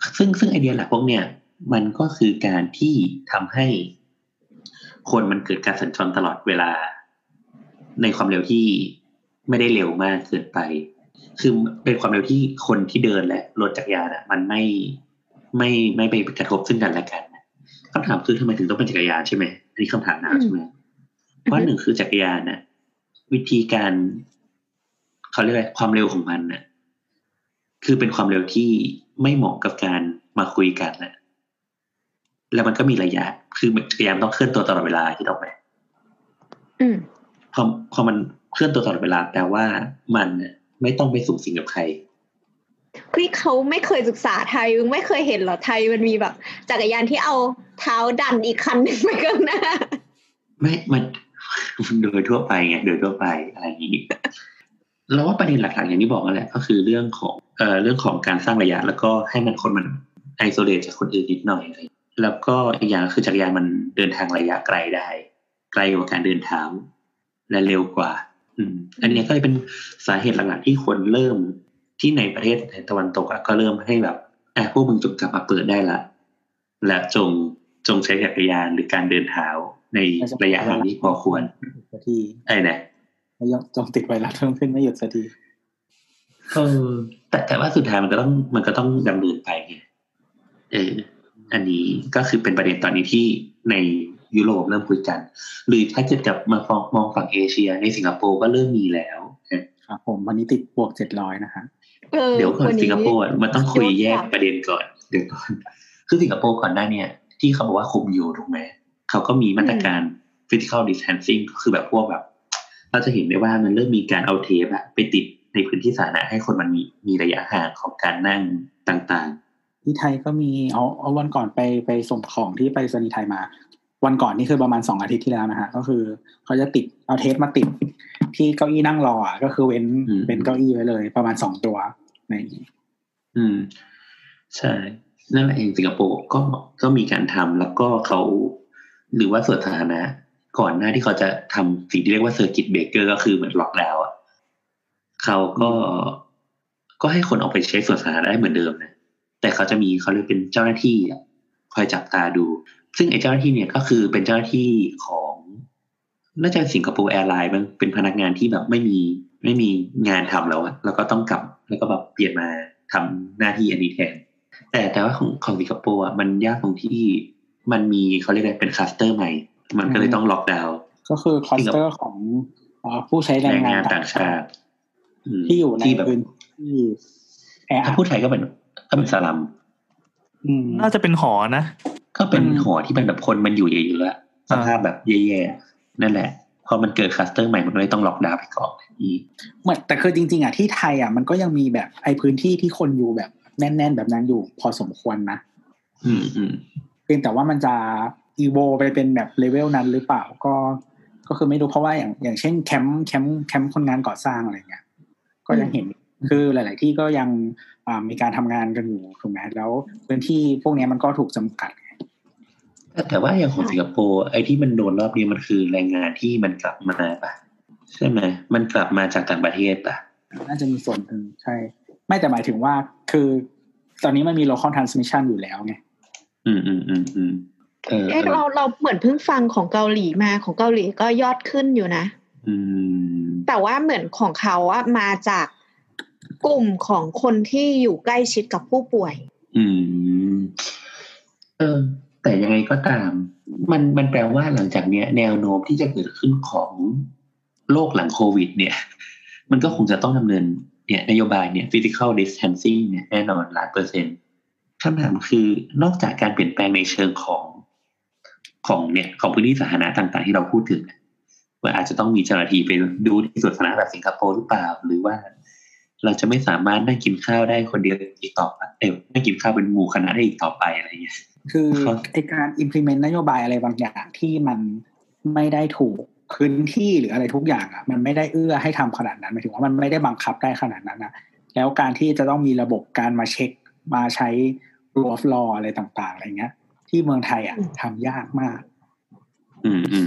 ซึ่งซึ่งไอเดียหลักพวกเนี้ยมันก็คือการที่ทำให้คนมันเกิดการสัญจรตลอดเวลาในความเร็วที่ไม่ได้เร็วมากเกินไปคือเป็นความเร็วที่คนที่เดินและรถจักรยานอ่ะมันไม่ไม่ไม่ไปกระทบซึ่งกันและกันคำถามคือทำไมถึงต้องเป็นจักรยานใช่ไหมอันนี้คำถามหนักใช่ไหมเพราะหนึ่งคือจักรยานน่ะวิธีการเขาเรียกอะไรความเร็วของมันน่ะคือเป็นความเร็วที่ไม่เหมาะกับการมาคุยกันน่ะแล้วมันก็มีระยะคือจักรยานต้องเคลื่อนตัวตลอดเวลาที่ต้องไปอืมพอพอมันเคลื่อนตัวตลอดเวลาแปลว่ามันไม่ต้องไปสูงสิงกับใครคือเขาไม่เคยศึกษาไทยไม่เคยเห็นหรอไทยมันมีแบบจักรยานที่เอาเท้าดันอีกคันนึงไปข้างหน้าไม่มันโดยทั่วไปไงโดยทั่วไปอะไรอย่างนี้แล้วว่าประเด็นหลักๆอย่างที่บอกนั่นแหละก็คือเรื่องของเอ่อเรื่องของการสร้างระยะแล้วก็ให้มันคนมันไอโซเลตจากคนอื่นนิดหน่อยอะไรแล้วก็อีกอย่างคือจักรยานมันเดินทางระยะไกลได้ไกลกว่าการเดินเท้าและเร็วกว่าอืมอันนี้ก็เลยเป็นสาเหตุหลักๆที่คนเริ่มที่ในประเทศตะวันตกก็เริ่มให้แบบอ่ะพวกมึงจงกลับมาเปิดได้ละและจงจงใช้จักรยานหรือการเดินเท้าในระยะห่างที่พอควรที่ไอ้เนี่ยไม่ยอมจงติดไวรัสเพิ่มขึ้นไม่หยุดสักทีเออแต่แต่ว่าสุดท้ายมันก็ต้องมันก็ต้องดำเนินไปไงเอออันนี้ก็คือเป็นประเด็นตอนนี้ที่ในยุโรปเริ่มคุยกันหรือถ้าเกิดกลับมามองฝั่งเอเชียในสิงคโปร์ก็เริ่มมีแล้วครับผมวันนี้ติดบวกเจ็ดร้อยนะคะเดี๋ยวก่อนสิงคโปร์มันต้องคุยแยกประเด็นก่อนเดี๋ยวก่อนคือสิงคโปร์ก่อนหน้าเนี่ยที่เขาบอกว่าคุมอยู่ถูกไหมเขาก็มีมาตรการ physical distancing คือแบบพวกแบบเราจะเห็นได้ว่ามันเริ่มมีการเอาเทปอะไปติดในพื้นที่สาธารณะให้คนมันมีมีระยะห่างของการนั่งต่างๆที่ไทยก็มีเอาเอาวันก่อนไปไปส่งของที่ไปสนีไทยมาวันก่อนนี่คือประมาณสองอาทิตย์ที่แล้วนะฮะก็คือเขาจะติดเอาเทปมาติดที่เก้าอี้นั่งรออ่ะก็คือเว้นเป็นเก้าอี้ไว้เลยประมาณสองตัวในอืมใช่นั่นแหละเองสิงคโปร์ก็ก็มีการทำแล้วก็เขาหรือว่าส่วนสาธารณะก่อนหน้าที่เขาจะทำสิ่งที่เรียกว่าเซอร์กิตเบรกเกอร์ก็คือเหมือนล็อกดาวน์อ่ะเขาก็ก็ให้คนออกไปใช้ส่วนสาธารณะได้เหมือนเดิมนะแต่เขาจะมีเขาเรียกเป็นเจ้าหน้าที่คอยจับตาดูซึ่งไอ้เจ้าหน้าที่เนี่ยก็คือเป็นเจ้าหน้าที่ของน่าจะสิงคโปร์แอร์ไลน์มันเป็นพนักงานที่แบบไม่มีไม่มีงานทำแล้วอะแล้วก็ต้องกลับแล้วก็แบบเปลี่ยนมาทำหน้าที่อันนี้แทนแต่แต่ว่าของของสิงคโปร์อ่ะมันยากตรงที่มันมีเขาเรียกอะไรเป็นคลัสเตอร์ใหม่มันก็เลยต้องล็อกดาวน์ก็คือคลัสเตอร์ของผู้ใช้แรงงานต่างชาติที่อยู่ในพื้นที่ถ้าพูดไทยก็เป็นก็เป็นสลัมน่าจะเป็นหอนะก็เป็นหอที่เป็นแบบคนมันอยู่เยอะๆแล้วสภาพแบบแย่ๆนั่นแหละพอมันเกิดคลัสเตอร์ใหม่มันเลยต้องล็อกดาวน์ไปก่อนอีกเหมือนแต่คือจริงๆอ่ะที่ไทยอ่ะมันก็ยังมีแบบไอ้พื้นที่ที่คนอยู่แบบแน่นๆแบบนั้นอยู่พอสมควรนะอืมอืมเพียงแต่ว่ามันจะอีโวไปเป็นแบบเลเวลนั้นหรือเปล่าก็ก็คือไม่รู้เพราะว่าอย่างอย่างเช่นแคมป์แคมป์แคมป์คนงานก่อสร้างอะไรเงี้ยก็ยังเห็นคือหลายๆที่ก็ยังอ่ามีการทำงานกันอยู่ถูกไหมแล้วพื้นที่พวกนี้มันก็ถูกจำกัดแต่ว่าอย่างของสิงคโปร์ไอ้ที่มันโดนรอบนี้มันคือแรงงานที่มันกลับมาป่ะใช่ไหมมันกลับมาจากต่างประเทศป่ะน่าจะมีส่วนหนึ่งใช่ไม่แต่หมายถึงว่าคือตอนนี้มันมี local transmission อยู่แล้วไงอืมอืมอืมอืมเออเราเราเหมือนเพิ่งฟังของเกาหลีมาของเกาหลีก็ยอดขึ้นอยู่นะอืมแต่ว่าเหมือนของเขาอะมาจากกลุ่มของคนที่อยู่ใกล้ชิดกับผู้ป่วยอืมเออแต่ยังไงก็ตามมันมันแปลว่าหลังจากเนี้ยแนวโน้มที่จะเกิดขึ้นของโลกหลังโควิดเนี่ยมันก็คงจะต้องดำเนินเนี่ยนโยบายเนี่ย physical distancing เนี่ยแน่นอนล้านเปอร์เซ็นต์คำถามคือนอกจากการเปลี่ยนแปลงในเชิงของของเนี่ยของพื้นที่สาธารณะต่างๆที่เราพูดถึงว่าอาจจะต้องมีเจ้าหน้าที่ไปดูที่สวนสาธารณะแบบสิงคโปร์หรือเปล่าหรือว่าเราจะไม่สามารถนั่งกินข้าวได้คนเดียวอีกต่อไปเอ้ยนั่งกินข้าวเป็นหมู่คณะได้อีกต่อไปอะไรอย่างเงี้ยคือไอการ implement นโยบายอะไรบางอย่างที่มันไม่ได้ถูกพื้นที่หรืออะไรทุกอย่างอ่ะมันไม่ได้เอื้อให้ทำขนาดนั้นหมายถึงว่ามันไม่ได้บังคับได้ขนาดนั้นนะแล้วการที่จะต้องมีระบบการมาเช็คมาใช้ rule of law อะไรต่างๆอะไรเงี้ยที่เมืองไทยอ่ะทำยากมากอืมอืม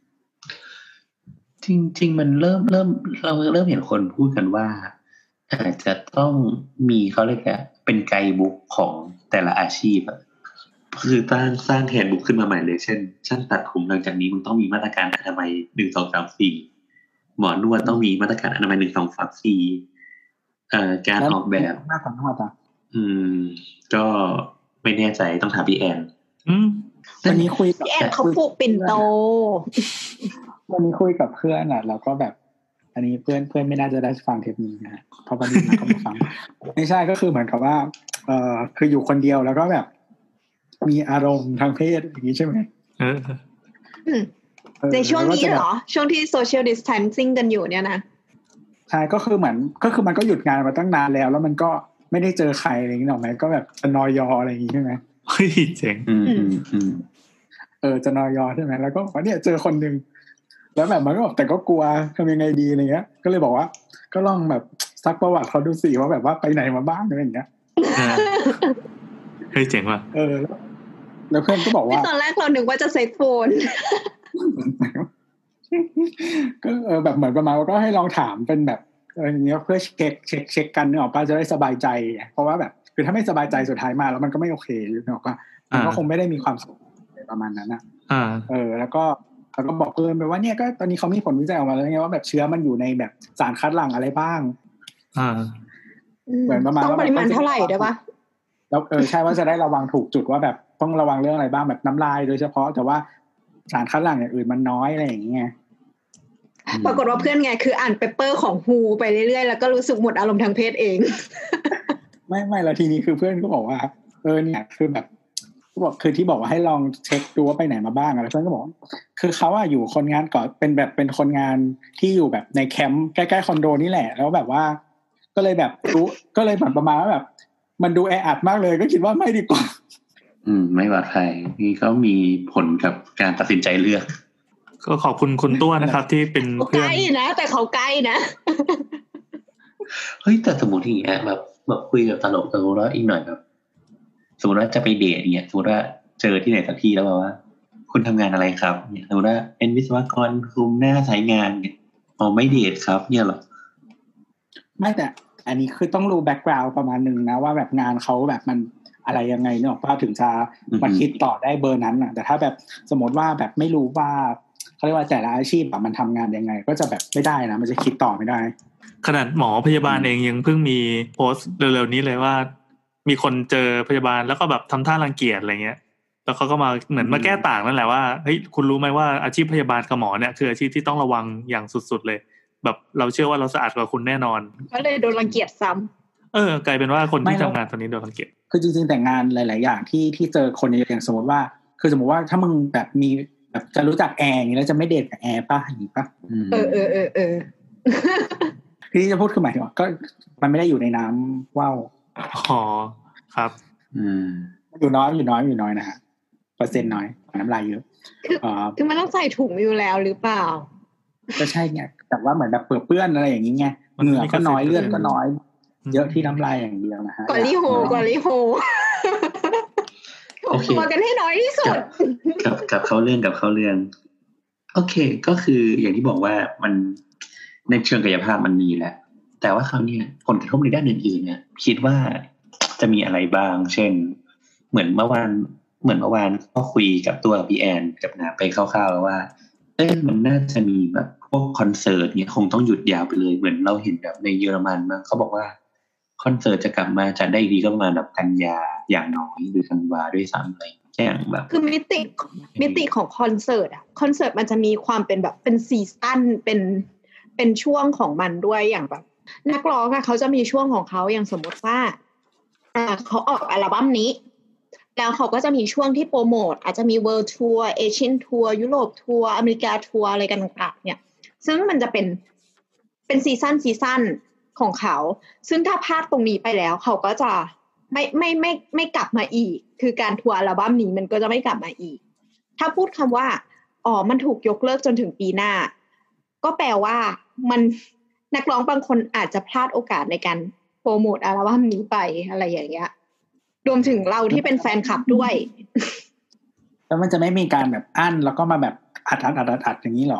จริงๆมันเริ่มเริ่มเราเริ่มเห็นคนพูดกันว่าอาจจะต้องมีเขาเรียกว่าเป็นไกด์บุ๊กของแแต่ละอาชีพอะคือสร้างสร้างแฮนด์บุ๊กขึ้นมาใหม่เลยเช่นช่างตัดผมหลังจากนี้มึงต้องมีมาตรการอนามัยหนึ่งสองสามสี่หมอนวดต้องมีมาตรการอนามัยหนึ่งสองสามสี่เอ่อการออกแบบหน้าของนวดอ่ะอืมก็ไม่แน่ใจต้องถามพี่แอนอืมวันนี้คุยกับพี่แอนเขาปลูกปิ่นโตวันนี้คุยกับเพื่อนอ่ะแล้วก็แบบอันนี้เพื่อนเพื่อนไม่น่าจะได้ฟังเทปนี้นะเพราะวันนี้เขามาฟังไม่ใช่ก็คือเหมือนกับว่าเอ่อคืออยู่คนเดียวแล้วก็แบบมีอารมณ์ทางเพศอย่างนี้ใช่ไหมเออในช่วงนี้เหรอช่วงที่ social distancing กันอยู่เนี่ยนะใช่ก็คือเหมือนก็คือมันก็หยุดงานมาตั้งนานแล้วแล้วมันก็ไม่ได้เจอใครอะไรอย่างนี้หรอกไหมก็แบบจะนอยออะไรอย่างนี้ใช่ไหมเฮ้ยเจ๋งอืมอืมเออจะนอยอใช่ไหมแล้วก็ว่าเนี่ยเจอคนนึงแล้วแบบมันก็แต่ก็กลัวทำยังไงดีอะไรเงี้ยก็เลยบอกว่าก็ลองแบบซักประวัติเขาดูสิว่าแบบว่าไปไหนมาบ้างอะไรอย่างเงี้ยเฮ้ยเจ๋งว่ะเออแล้วเพื่อนก็บอกว่าตอนแรกเรานึกว่าจะเซ็กโฟนก็เออแบบเหมือนประมาณว่าก็ให้ลองถามเป็นแบบอะไรอย่างเงี้ยเพื่อเช็คเช็คเช็คกันนึกออกป่ะจะได้สบายใจเพราะว่าแบบคือถ้าไม่สบายใจสุดท้ายมาแล้วมันก็ไม่โอเคนึกออกป่ะมันก็คงไม่ได้มีความสุขประมาณนั้นนะเออแล้วก็แล้วก็บอกเพื่อนไปว่าเนี่ยก็ตอนนี้เขามีผลวิจัยออกมาแล้วไงว่าแบบเชื้อมันอยู่ในแบบสารคัดหลั่งอะไรบ้างอ่าเหมือนประมาณต้องปริมาณเท่าไหร่ได้ป่ะแล้วเออใช่ว่าจะได้ระวังถูกจุดว่าแบบต้องระวังเรื่องอะไรบ้างแบบน้ำลายโดยเฉพาะแต่ว่าสารคัดหลั่งอย่างอื่นมันน้อยอะไรอย่างเงี้ยปรากฏว่าเพื่อนไงคืออ่านเปเปอร์ของฮูไปเรื่อยๆแล้วก็รู้สึกหมดอารมณ์ทางเพศเองไม่ไม่แล้วทีนี้คือเพื่อนก็บอกว่าเออเนี่ยคือแบบบอกคือที่บอกว่าให้ลองเช็คดูว่าไปไหนมาบ้างอะไรเพื่อนก็บอกคือเขาอะอยู่คนงานก่อนเป็นแบบเป็นคนงานที่อยู่แบบในแคมป์ใกล้ๆคอนโดนี่แหละแล้วแบบว่าก็เลยแบบรู้ก็เลยแบบประมาณว่าแบบมันดูแออัดมากเลยก็คิดว่าไม่ดีกว่าอืมไม่ว่าใครนี่เขามีผลกับการตัดสินใจเลือกก็ขอบคุณคุณตัวนะครับที่เป็นเพื่อนใกล้นะแต่เขาใกล้นะเฮ้ยแต่สมมติอย่างเงี้ยแบบแบบคุยกับตลกตลกแล้วอีกหน่อยแบบสมมติว่าจะไปเดทเงี้ยสมมติว่าเจอที่ไหนสักที่แล้วแบบว่าคุณทำงานอะไรครับเนี่ยสมมติว่าเป็นวิศวกรคุมหน้าสายงานเนี่ยอ๋อไม่เดทครับเนี่ยหรอไม่แต่อันนี้คือต้องรู้แบ็คกราวด์ประมาณนึงนะว่าแบบงานเขาแบบมันอะไรยังไงเนาะว่าถึงจะมาคิดต่อได้เบอร์นั้นน่ะแต่ถ้าแบบสมมติว่าแบบไม่รู้ว่าเขาเรียกว่าแต่ละอาชีพแบบมันทำงานยังไงก็จะแบบไม่ได้นะมันจะคิดต่อไม่ได้ขนาดหมอพยาบาลเองยังเพิ่งมีโพสต์เร็วๆนี้เลยว่ามีคนเจอพยาบาลแล้วก็แบบทำท่ารังเกียจอะไรเงี้ยแล้วเขาก็มาเหมือนมาแก้ต่างนั่นแหละว่าเฮ้ยคุณรู้ไหมว่าอาชีพพยาบาลกับหมอเนี่ยคืออาชีพที่ต้องระวังอย่างสุดๆเลยแบบเราเชื่อว่าเราสะอาดกว่าคุณแน่นอนก็เลยโดนรังเกียจซ้ำเออกลายเป็นว่าคนที่ทำงานตอนนี้โดนรังเกียจคือจริงๆแต่งานหลายๆอย่างที่ที่เจอคนอย่างสมมติว่าคือสมมติว่าถ้ามึงแบบมีแบบจะรู้จักแอร์อย่างนี้แล้วจะไม่เดทกับแอร์ป่ะอย่างนี้ป่ะเออเออเออเออที่จะพูดคือหมายถึงว่าก็มันไม่ได้อยู่ในน้ำว่าวอ๋อครับอืมอยู่น้อยอยู่น้อยอยู่น้อยนะฮะเปอร์เซ็นต์น้อยน้ำลายเยอะอ๋อคือมันต้องใส่ถุงอยู่แล้วหรือเปล่าก็ใช่ไงแต่ว่าเหมือนแบบเปื้อนเปื้อนอะไรอย่างนี้ไงเหงื่อก็น้อยเลือดก็น้อยเยอะที่น้ำลายอย่างเดียวนะฮะกอลิโฮกอลิโฮโอเคมากันให้น้อยที่สุดกับกับเขาเรื่องกับเขาเรื่องโอเคก็คืออย่างที่บอกว่ามันในเชิงกายภาพมันมีแหละแต่ว่าเขาเนี่ยผลกระทบในด้านอื่นๆเนี่ยคิดว่าจะมีอะไรบ้างเช่นเหมือนเมื่อวานเหมือนเมื่อวานก็คุยกับตัวพี่แอนกับนาไปคร่าวๆแล้วว่าเอ้ยมันน่าจะมีแบบพวกคอนเสิร์ตเนี่ยคงต้องหยุดยาวไปเลยเหมือนเราเห็นแบบในเยอรมันมั้งเขาบอกว่าคอนเสิร์ตจะกลับมาจัดได้ดีก็มาแบบกันยาอย่างน้อยหรือธันวาด้วยซ้ำอะไรแจ้งแบบคือมิติมิติของคอนเสิร์ตอ่ะคอนเสิร์ตมันจะมีความเป็นแบบเป็นซีซั่นเป็นเป็นช่วงของมันด้วยอย่างแบบนักร้องอะเขาจะมีช่วงของเขาอย่างสมมติว่าอ่าเขาออกอัลบั้มนี้แล้วเขาก็จะมีช่วงที่โปรโมทอาจจะมีเวิลด์ทัวร์เอเชียนทัวร์ยุโรปทัวร์อเมริกาทัวร์อะไรกันต่างๆเนี่ยซึ่งมันจะเป็นเป็นซีซั่นซีซั่นของเขาซึ่งถ้าพลาดตรงนี้ไปแล้วเขาก็จะไม่ไม่ไม่ไม่กลับมาอีกคือการทัวร์อัลบั้มนี้มันก็จะไม่กลับมาอีกถ้าพูดคำว่าอ๋อมันถูกยกเลิกจนถึงปีหน้าก็แปลว่ามันนักร้องบางคนอาจจะพลาดโอกาสในการโปรโมทอัลบั้มนี้ไปอะไรอย่างเงี้ยรวมถึงเราที่เป็นแฟนคลับด้วยแล้วมันจะไม่มีการแบบอั้นแล้วก็มาแบบอัดอัดอัดอัดอย่างนี้หรอ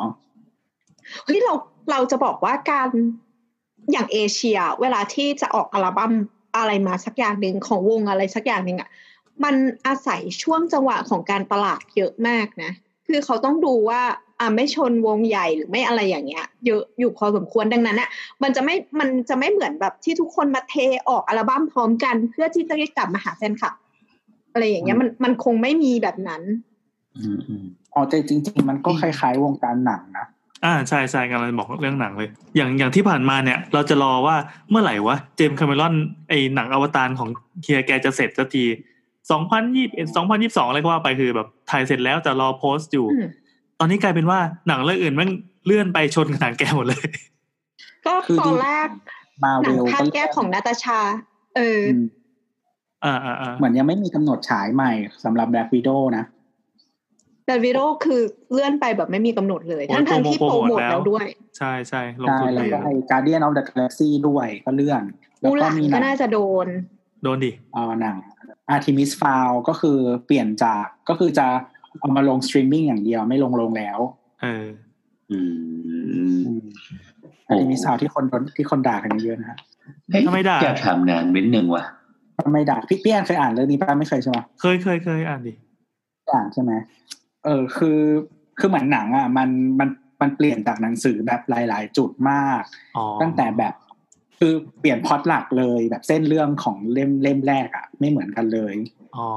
เฮ้ยเราเราจะบอกว่าการอย่างเอเชียเวลาที่จะออกอัลบั้มอะไรมาสักอย่างนึงของวงอะไรสักอย่างนึงอ่ะมันอาศัยช่วงจังหวะของการตลาดเยอะมากนะคือเขาต้องดูว่าอ่าไม่ชนวงใหญ่หรือไม่อะไรอย่างเงี้ยเยอะอยู่พอสมควรดังนั้นอ่ะมันจะไม่มันจะไม่เหมือนแบบที่ทุกคนมาเทออกอัลบั้มพร้อมกันเพื่อที่จะได้กลับมาหาแฟนคลับอะไรอย่างเงี้ยมันมันคงไม่มีแบบนั้นอืมอืมอ๋อแต่จริงๆมันก็คล้ายๆวงการหนังนะอ่าใช่ใช่กำลังบอกเรื่องหนังเลยอย่างอย่างที่ผ่านมาเนี่ยเราจะรอว่าเมื่อไหร่วะเจมส์คาเมรอนไอ้หนังอวตารของเฮียแกจะเสร็จสักทีสองพันยี่สิบเอ็ด สองพันยี่สิบสองอะไรก็ว่าไปคือแบบถ่ายเสร็จแล้วแต่รอโพสต์อยู่ตอนนี้กลายเป็นว่าหนังเรื่องอื่นมันเลื่อนไปชนกับหนังแกหมดเลยก็ตอนแรกหนังภาคแก้ของนาตาชาเอออ่าอ่าอ่าเหมือนยังไม่มีกำหนดฉายใหม่สำหรับ Black Widow นะ Black Widow คือเลื่อนไปแบบไม่มีกำหนดเลยทั้งๆที่โปรโมทแล้วด้วยใช่ใช่ลงทุนแล้วก็ไอ้ Guardian of the Galaxy ด้วยก็เลื่อนแล้วก็มีก็น่าจะโดนโดนดิอ๋อหนัง Artemis Fowl ก็คือเปลี่ยนจากก็คือจะเอามาลงสตรีมมิ่งอย่างเดียวไม่ลงลงแล้วเอออืม Artemis Fowl ที่คนที่คนด่ากันเยอะนะฮะทำไมด่าอยากถามนานนิดนึงว่ะทำไมด่าพี่พี่อ่านเคยอ่านเรื่องนี้ป่ะไม่เคยใช่มั้ยเคยเคยเคยอ่านดิอ่านใช่มั้ยเออคือคือเหมือนหนังอ่ะมันมันมันเปลี่ยนจากหนังสือแบบหลายๆจุดมากตั้งแต่แบบคือเปลี่ยนพล็อตหลักเลยแบบเส้นเรื่องของเล่มเล่มแรกอ่ะไม่เหมือนกันเลยอ๋อ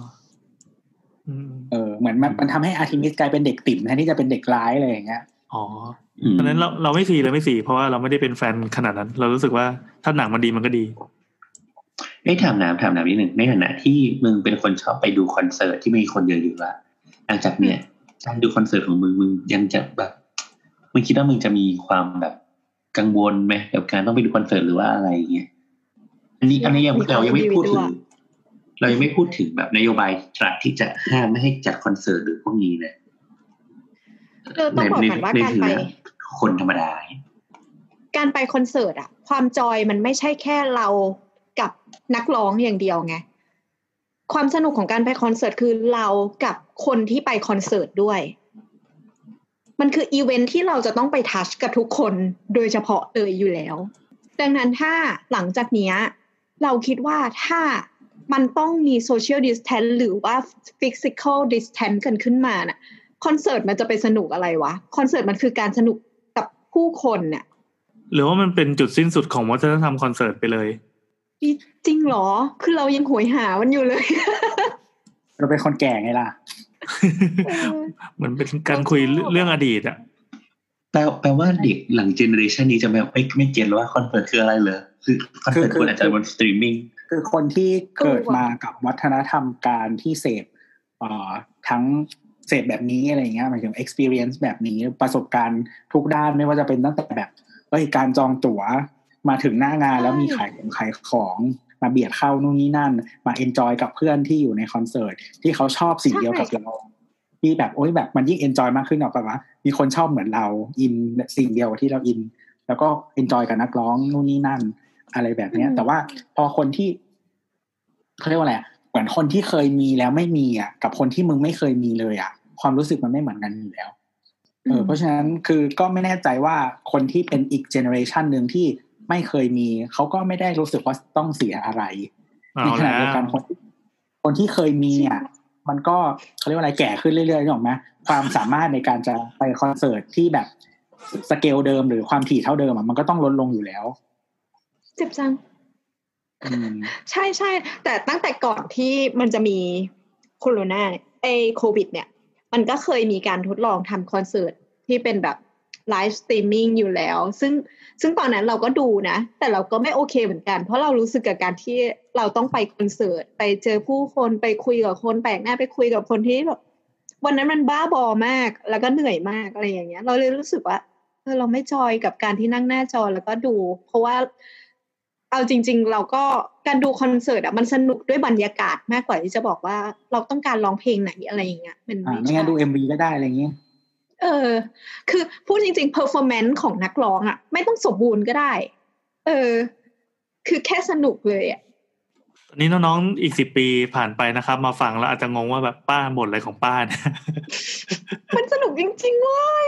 เออเหมือนมันมันทำให้อาร์ทิมิสกลายเป็นเด็กติ่มแทนที่จะเป็นเด็กร้ายอะไรอย่างเงี้ยอ๋อเพราะนั้นเราเราไม่ฟรีเลยไม่ฟรีเพราะว่าเราไม่ได้เป็นแฟนขนาดนั้นเรารู้สึกว่าถ้าหนังมันดีมันก็ดีไม่ถามน้ำถามน้ำนิดหนึ่งในฐานะที่มึงเป็นคนชอบไปดูคอนเสิร์ตที่มีคนเยอะอยู่ละหลังจากเนี้ยการดูคอนเสิร์ตของมึงมึงยังจะแบบมึงคิดว่ามึงจะมีความแบบกังวลไหมกับการต้องไปดูคอนเสิร์ตหรือว่าอะไรเงี้ยอันนี้อันนี้ยังเรายังไม่พูดถึงเรายังไม่พูดถึงแบบนโยบายตรัสที่จะห้ามไม่ให้จัดคอนเสิร์ตหรือพวกนี้เลยต้องบอกก่อนว่าการไปคนธรรมดาการไปคอนเสิร์ตอะความจอยมันไม่ใช่แค่เรากับนักร้องอย่างเดียวไงความสนุกของการไปคอนเสิร์ตคือเรากับคนที่ไปคอนเสิร์ตด้วยมันคืออีเวนท์ที่เราจะต้องไปทัชกับทุกคนโดยเฉพาะเลยอยู่แล้วดังนั้นถ้าหลังจากนี้เราคิดว่าถ้ามันต้องมีโซเชียลดิสแทนซ์หรือว่าฟิสิคอลดิสแทนซ์กันขึ้นมาน่ะคอนเสิร์ตมันจะไปสนุกอะไรวะคอนเสิร์ตมันคือการสนุกกับผู้คนน่ะหรือว่ามันเป็นจุดสิ้นสุดของวัฒนธรรมคอนเสิร์ตไปเลยจริงเหรอคือเรายังโหยหามันอยู่เลยเราเป็นคนแก่ไงล่ะเหมือนเป็นการคุยเรื่องอดีตอ่ะแปลแปลว่าเด็กหลังเจเนอเรชันนี้จะแบบไม่ไม่เก็ตว่าคอนเสิร์ตคืออะไรเลยคือคอนเสิร์ตควรอาจจะบนสตรีมมิ่งคือคนที่เกิดมากับวัฒนธรรมการที่เสพอ่าทั้งเสพแบบนี้อะไรเงี้ยหมายถึง experience แบบนี้ประสบการณ์ทุกด้านไม่ว่าจะเป็นตั้งแต่แบบเอ้ยการจองตั๋วมาถึงหน้างานแล้วมีขายของขายของมาเบียดเข้านู่นนี่นั่นมาเอนจอยกับเพื่อนที่อยู่ในคอนเสิร์ตที่เขาชอบสิ่งเดียวกับเราที่แบบโอ๊ยแบบมันยิ่งเอนจอยมากขึ้นออกไปว่ามีคนชอบเหมือนเราอินสิ่งเดียวที่เราอินแล้วก็เอนจอยกับนักร้องนู่นนี่นั่นอะไรแบบนี้แต่ว่าพอคนที่เขาเรียกว่าอะไรเหมือนคนที่เคยมีแล้วไม่มีอ่ะกับคนที่มึงไม่เคยมีเลยอ่ะความรู้สึกมันไม่เหมือนกันอยู่แล้วเออเพราะฉะนั้นคือก็ไม่แน่ใจว่าคนที่เป็นอีกเจเนอเรชันนึงที่ไม่เคยมีเขาก็ไม่ได้รู้สึกว่าต้องเสียอะไรในขณะเดียวกันคนคนที่เคยมีอ่ะมันก็เขาเรียกว่าอะไรแก่ขึ้นเรื่อยๆนึกออกไหมความสามารถในการจะไปคอนเสิร์ตที่แบบสเกลเดิมหรือความถี่เท่าเดิมอ่ะมันก็ต้องลดลงอยู่แล้วเจ็บจังใช่ใช่แต่ตั้งแต่ก่อนที่มันจะมีโควิดไอ้โควิดเนี่ยมันก็เคยมีการทดลองทำคอนเสิร์ตที่เป็นแบบไลฟ์สตรีมมิ่งอยู่แล้วซึ่งซึ่งตอนนั้นเราก็ดูนะแต่เราก็ไม่โอเคเหมือนกันเพราะเรารู้สึกกับการที่เราต้องไปคอนเสิร์ตไปเจอผู้คนไปคุยกับคนแปลกหน้าไปคุยกับคนที่แบบวันนั้นมันบ้าบอมากแล้วก็เหนื่อยมากอะไรอย่างเงี้ยเราเลยรู้สึกว่าเออเราไม่จอยกับการที่นั่งหน้าจอแล้วก็ดูเพราะว่าเอาจริงๆเราก็การดูคอนเสิร์ตอ่ะมันสนุกด้วยบรรยากาศมากกว่าที่จะบอกว่าเราต้องการร้องเพลงไหนอะไรอย่างเงี้ยมันไม่ใช่งั้นดู เอ็ม วี ก็ได้อะไรอย่างเงี้ยเออคือพูดจริงๆ performance ของนักร้องอ่ะไม่ต้องสมบูรณ์ก็ได้เออคือแค่สนุกเลยอ่ะตอนนี้น้องๆอีกสิบปีผ่านไปนะครับมาฟังแล้วอาจจะงงว่าแบบป้าบ่นอะไรของป้าเนี่ยมันสนุกจริงๆเว้ย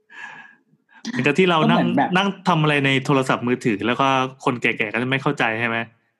เหมือนกับที่เรานั่งนั่งทำอะไรในโทรศัพท์มือถือแล้วก็คนแก่ๆก็จะไม่เข้าใจใช่ไหม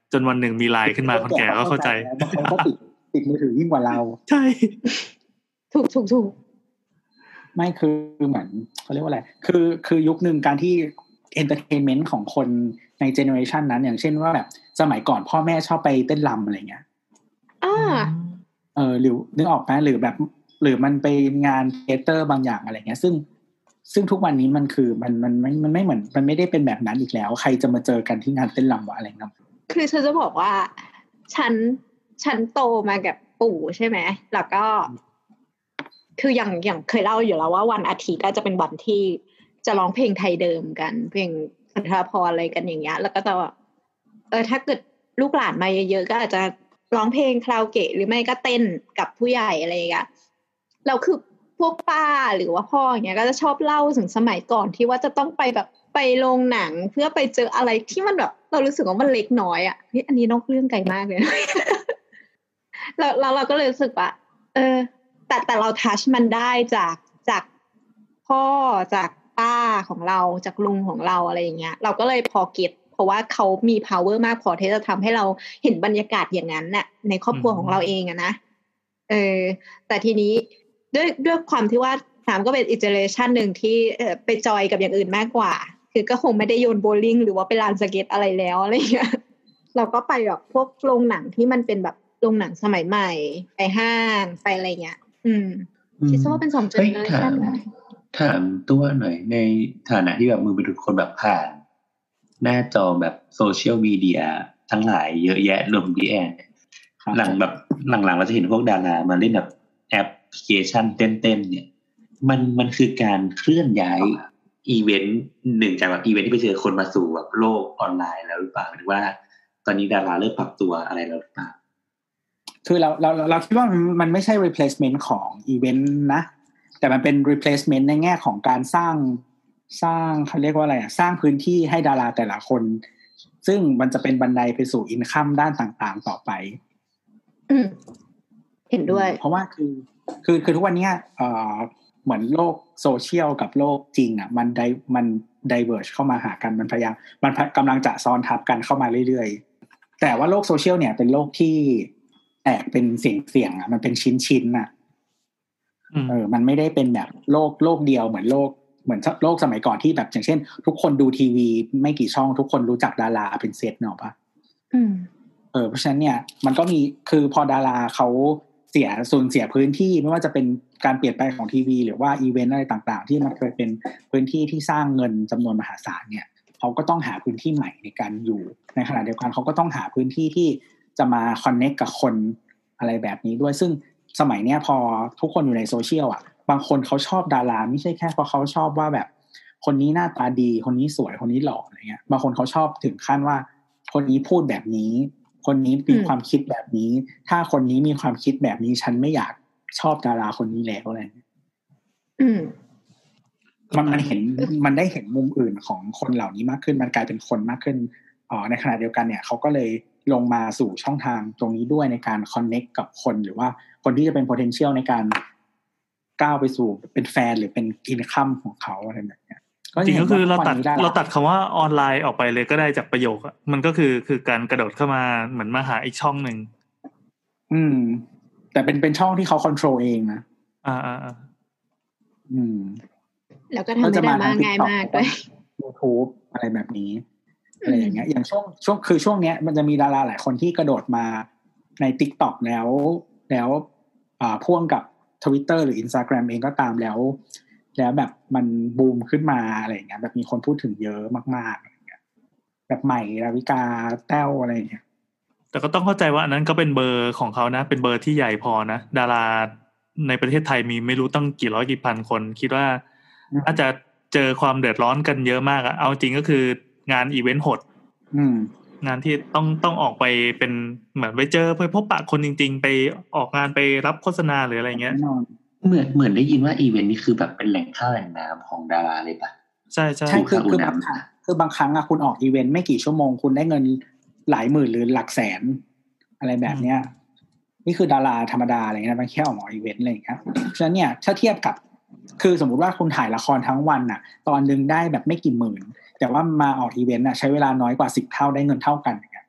จนวันหนึ่งมีไลน์ขึ้นมาคนแก่ก็เข้าใจบางคนก็ติดติดมือถือยิ่งกว่าเราใช่ถูกถูกถูกไม่คือเหมือนเขาเรียกว่าอะไรคือคือยุคนึงการที่เอนเตอร์เทนเมนต์ของคนในเจเนอเรชันนั้นอย่างเช่นว่าแบบสมัยก่อนพ่อแม่ชอบไปเต้นรำอะไรเงี้ยอ่าเออหรือนึกออกไหมหรือแบบหรือมันไปงานเทเตอร์บางอย่างอะไรเงี้ยซึ่งซึ่งทุกวันนี้มันคือมันมันไม่มันไม่เหมือนมันไม่ได้เป็นแบบนั้นอีกแล้วใครจะมาเจอกันที่งานเต้นรำวะอะไรเงี้ยคือฉันจะบอกว่าฉันฉันโตมากับปู่ใช่ไหมแล้วก็คืออย่างอย่างเคยเล่าอยู่แล้วว่าวันอาทิตย์ก็จะเป็นวันที่จะร้องเพลงไทยเดิมกันเพลงสุนทรภรณ์อะไรกันอย่างเงี้ยแล้วก็จะเออถ้าเกิดลูกหลานมาเยอะๆก็อาจจะร้องเพลงคาราโอเกะหรือไม่ก็เต้นกับผู้ใหญ่อะไรอย่างเงี้ยเราคือพวกป้าหรือว่าพ่ออย่างเงี้ยก็จะชอบเล่าถึงสมัยก่อนที่ว่าจะต้องไปแบบไปโรงหนังเพื่อไปเจออะไรที่มันแบบเรารู้สึกว่ามันเล็กน้อยอ่ะนี่อันนี้นอกเรื่องไกลมากเลย แล้วเราเราก็เลยรู้สึกว่าเออแต่แต่เราทัชมันได้จากจากพ่อจากป้าของเราจากลุงของเราอะไรอย่างเงี้ยเราก็เลยพอเก็ตเพราะว่าเขามี power มากพอที่จะทำให้เราเห็นบรรยากาศอย่างนั้นน่ะในครอบครัวของเราเองอะนะเออแต่ทีนี้ด้วยด้วยความที่ว่าสามก็เป็นอีกเจเนอเรชันหนึ่งที่เออไปจอยกับอย่างอื่นมากกว่าคือก็คงไม่ได้โยนโบว์ลิ่งหรือว่าไปลานสเก็ตอะไรแล้วอะไรอย่างเงี้ยเราก็ไปแบบพวกโรงหนังที่มันเป็นแบบโรงหนังสมัยใหม่ไปห้างไปอะไรเงี้ยอืมคิดว่าเป็นสองเจเนอเรชันถามตัวหน่อยในฐานะที่แบบมือเป็นคนแบบผ่านหน้าจอแบบโซเชียลมีเดียทั้งหลายเยอะแยะรวมพี่แอนหลังแบบหลังๆเราจะเห็นพวกดารามาเล่นแบบแอปพลิเคชันเต้นๆเนี่ยมันมันคือการเคลื่อนย้ายอีเวนต์หนึ่งจากแบบอีเวนต์ที่ไปเจอคนมาสู่แบบโลกออนไลน์แล้วหรือเปล่าหรือว่าตอนนี้ดาราเริ่มปรับตัวอะไรแล้วหรือเปล่าคือเราเราเราคิดว่ามันไม่ใช่ replacement ของอีเวนต์นะแต่มันเป็น replacement ในแง่ของการสร้างสร้างเขาเรียกว่าอะไรอ่ะสร้างพื้นที่ให้ดาราแต่ละคนซึ่งมันจะเป็นบันไดไปสู่อินคัมด้านต่างๆต่อไปอืมเห็นด้วยเพราะว่าคือคือคือทุกวันนี้เอ่อเหมือนโลกโซเชียลกับโลกจริงอ่ะมันไดมันไดเวิร์จเข้ามาหากันมันพยายามมันกำลังจะซ้อนทับกันเข้ามาเรื่อยๆแต่ว่าโลกโซเชียลเนี่ยเป็นโลกที่แตกเป็นเสียงๆอ่ะมันเป็นชิ้นๆอ่ะเออมันไม่ได้เป็นแบบโลกโลกเดียวเหมือนโลกเหมือนโลกสมัยก่อนที่แบบอย่างเช่นทุกคนดูทีวีไม่กี่ช่องทุกคนรู้จักดาราเป็นเซตเนาะป่ะอืมเออเพราะฉะนั้นเนี่ยมันก็มีคือพอดาราเขาเสียสูญเสียพื้นที่ไม่ว่าจะเป็นการเปลี่ยนแปลงของทีวีหรือว่าอีเวนต์อะไรต่างๆที่มันเคยเป็นพื้นที่ที่สร้างเงินจำนวนมหาศาลเนี่ยเขาก็ต้องหาพื้นที่ใหม่ในการอยู่ในขณะเดียวกันเขาก็ต้องหาพื้นที่ที่จะมาคอนเนคกับคนอะไรแบบนี้ด้วยซึ่งสมัยเนี้ยพอทุกคนอยู่ในโซเชียลอ่ะบางคนเขาชอบดาราไม่ใช่แค่เพราะเขาชอบว่าแบบคนนี้หน้าตาดีคนนี้สวยคนนี้หล่ออะไรเงี้ยบางคนเขาชอบถึงขั้นว่าคนนี้พูดแบบนี้คนนี้มีความคิดแบบนี้ถ้าคนนี้มีความคิดแบบนี้ฉันไม่อยากชอบดาราคนนี้แล้วอะไรอืมมันมันเห็นมันได้เห็นมุมอื่นของคนเหล่านี้มากขึ้นมันกลายเป็นคนมากขึ้นอ๋อในขณะเดียวกันเนี่ยเขาก็เลยลงมาสู่ช่องทางตรงนี้ด้วยในการคอนเนคกับคนหรือว่าคนที่จะเป็น potential ในการก้าวไปสู่เป็นแฟนหรือเป็นอินคัมของเขาอะไรแบบนี้จริงก็คือเราตัดเราตัดคำว่าออนไลน์ออกไปเลยก็ได้จากประโยคอ่ะมันก็คือคือการกระโดดเข้ามาเหมือนมาหาอีกช่องหนึ่งอืมแต่เป็นเป็นช่องที่เขาคอนโทรลเองนะอ่าอ่าอ่าอืมแล้วก็ทำให้ได้มาง่ายมากด้วย YouTube อะไรแบบนี้อะไรอย่างเงี้ยอย่างช่วงช่วงคือช่วงเนี้ยมันจะมีดาราหลายคนที่กระโดดมาใน TikTok แล้วแล้วอ่าพ่วงกับ Twitter หรือ Instagram เองก็ตามแล้วแล้วแบบมันบูมขึ้นมาอะไรอย่างเงี้ยแบบมีคนพูดถึงเยอะมากๆอะไรอย่างเงี้ยแบบใหม่ดาวิกาแต้วอะไรอย่างเงี้ยแต่ก็ต้องเข้าใจว่าอันนั้นก็เป็นเบอร์ของเขานะเป็นเบอร์ที่ใหญ่พอนะดาราในประเทศไทยมีไม่รู้ตั้งกี่ร้อยกี่พันคนคิดว่าอาจจะเจอความเดือดร้อนกันเยอะมากอะเอาจริงก็คืองานอีเวนต์หดงานที่ต้องต้องออกไปเป็นเหมือนไปเจอไปพบปะคนจริงๆไปออกงานไปรับโฆษณาหรืออะไรเงี้ยเหมือนเหมือนได้ยินว่าอีเวนต์นี้คือแบบเป็นแหล่งข้าวแหล่งน้ำของดาราเลยป่ะใช่ใช่ใช่คือคือบางครั้งคือบางครั้งอะคุณออกอีเวนต์ไม่กี่ชั่วโมงคุณได้เงินหลายหมื่นหรือหลักแสนอะไรแบบเนี้ยนี่คือดาราธรรมดาอะไรเงี้ยบางแค่ออกอีเวนต์อะไรอย่างเงี้ยฉะนั้นเนี่ยถ้าเทียบกับคือสมมุติว่าคุณถ่ายละครทั้งวันน่ะตอนนึงได้แบบไม่กี่หมื่นแต่ว่ามาออกอีเวนต์น่ะใช้เวลาน้อยกว่าสิบเท่าได้เงินเท่ากันอย่างเงี้ย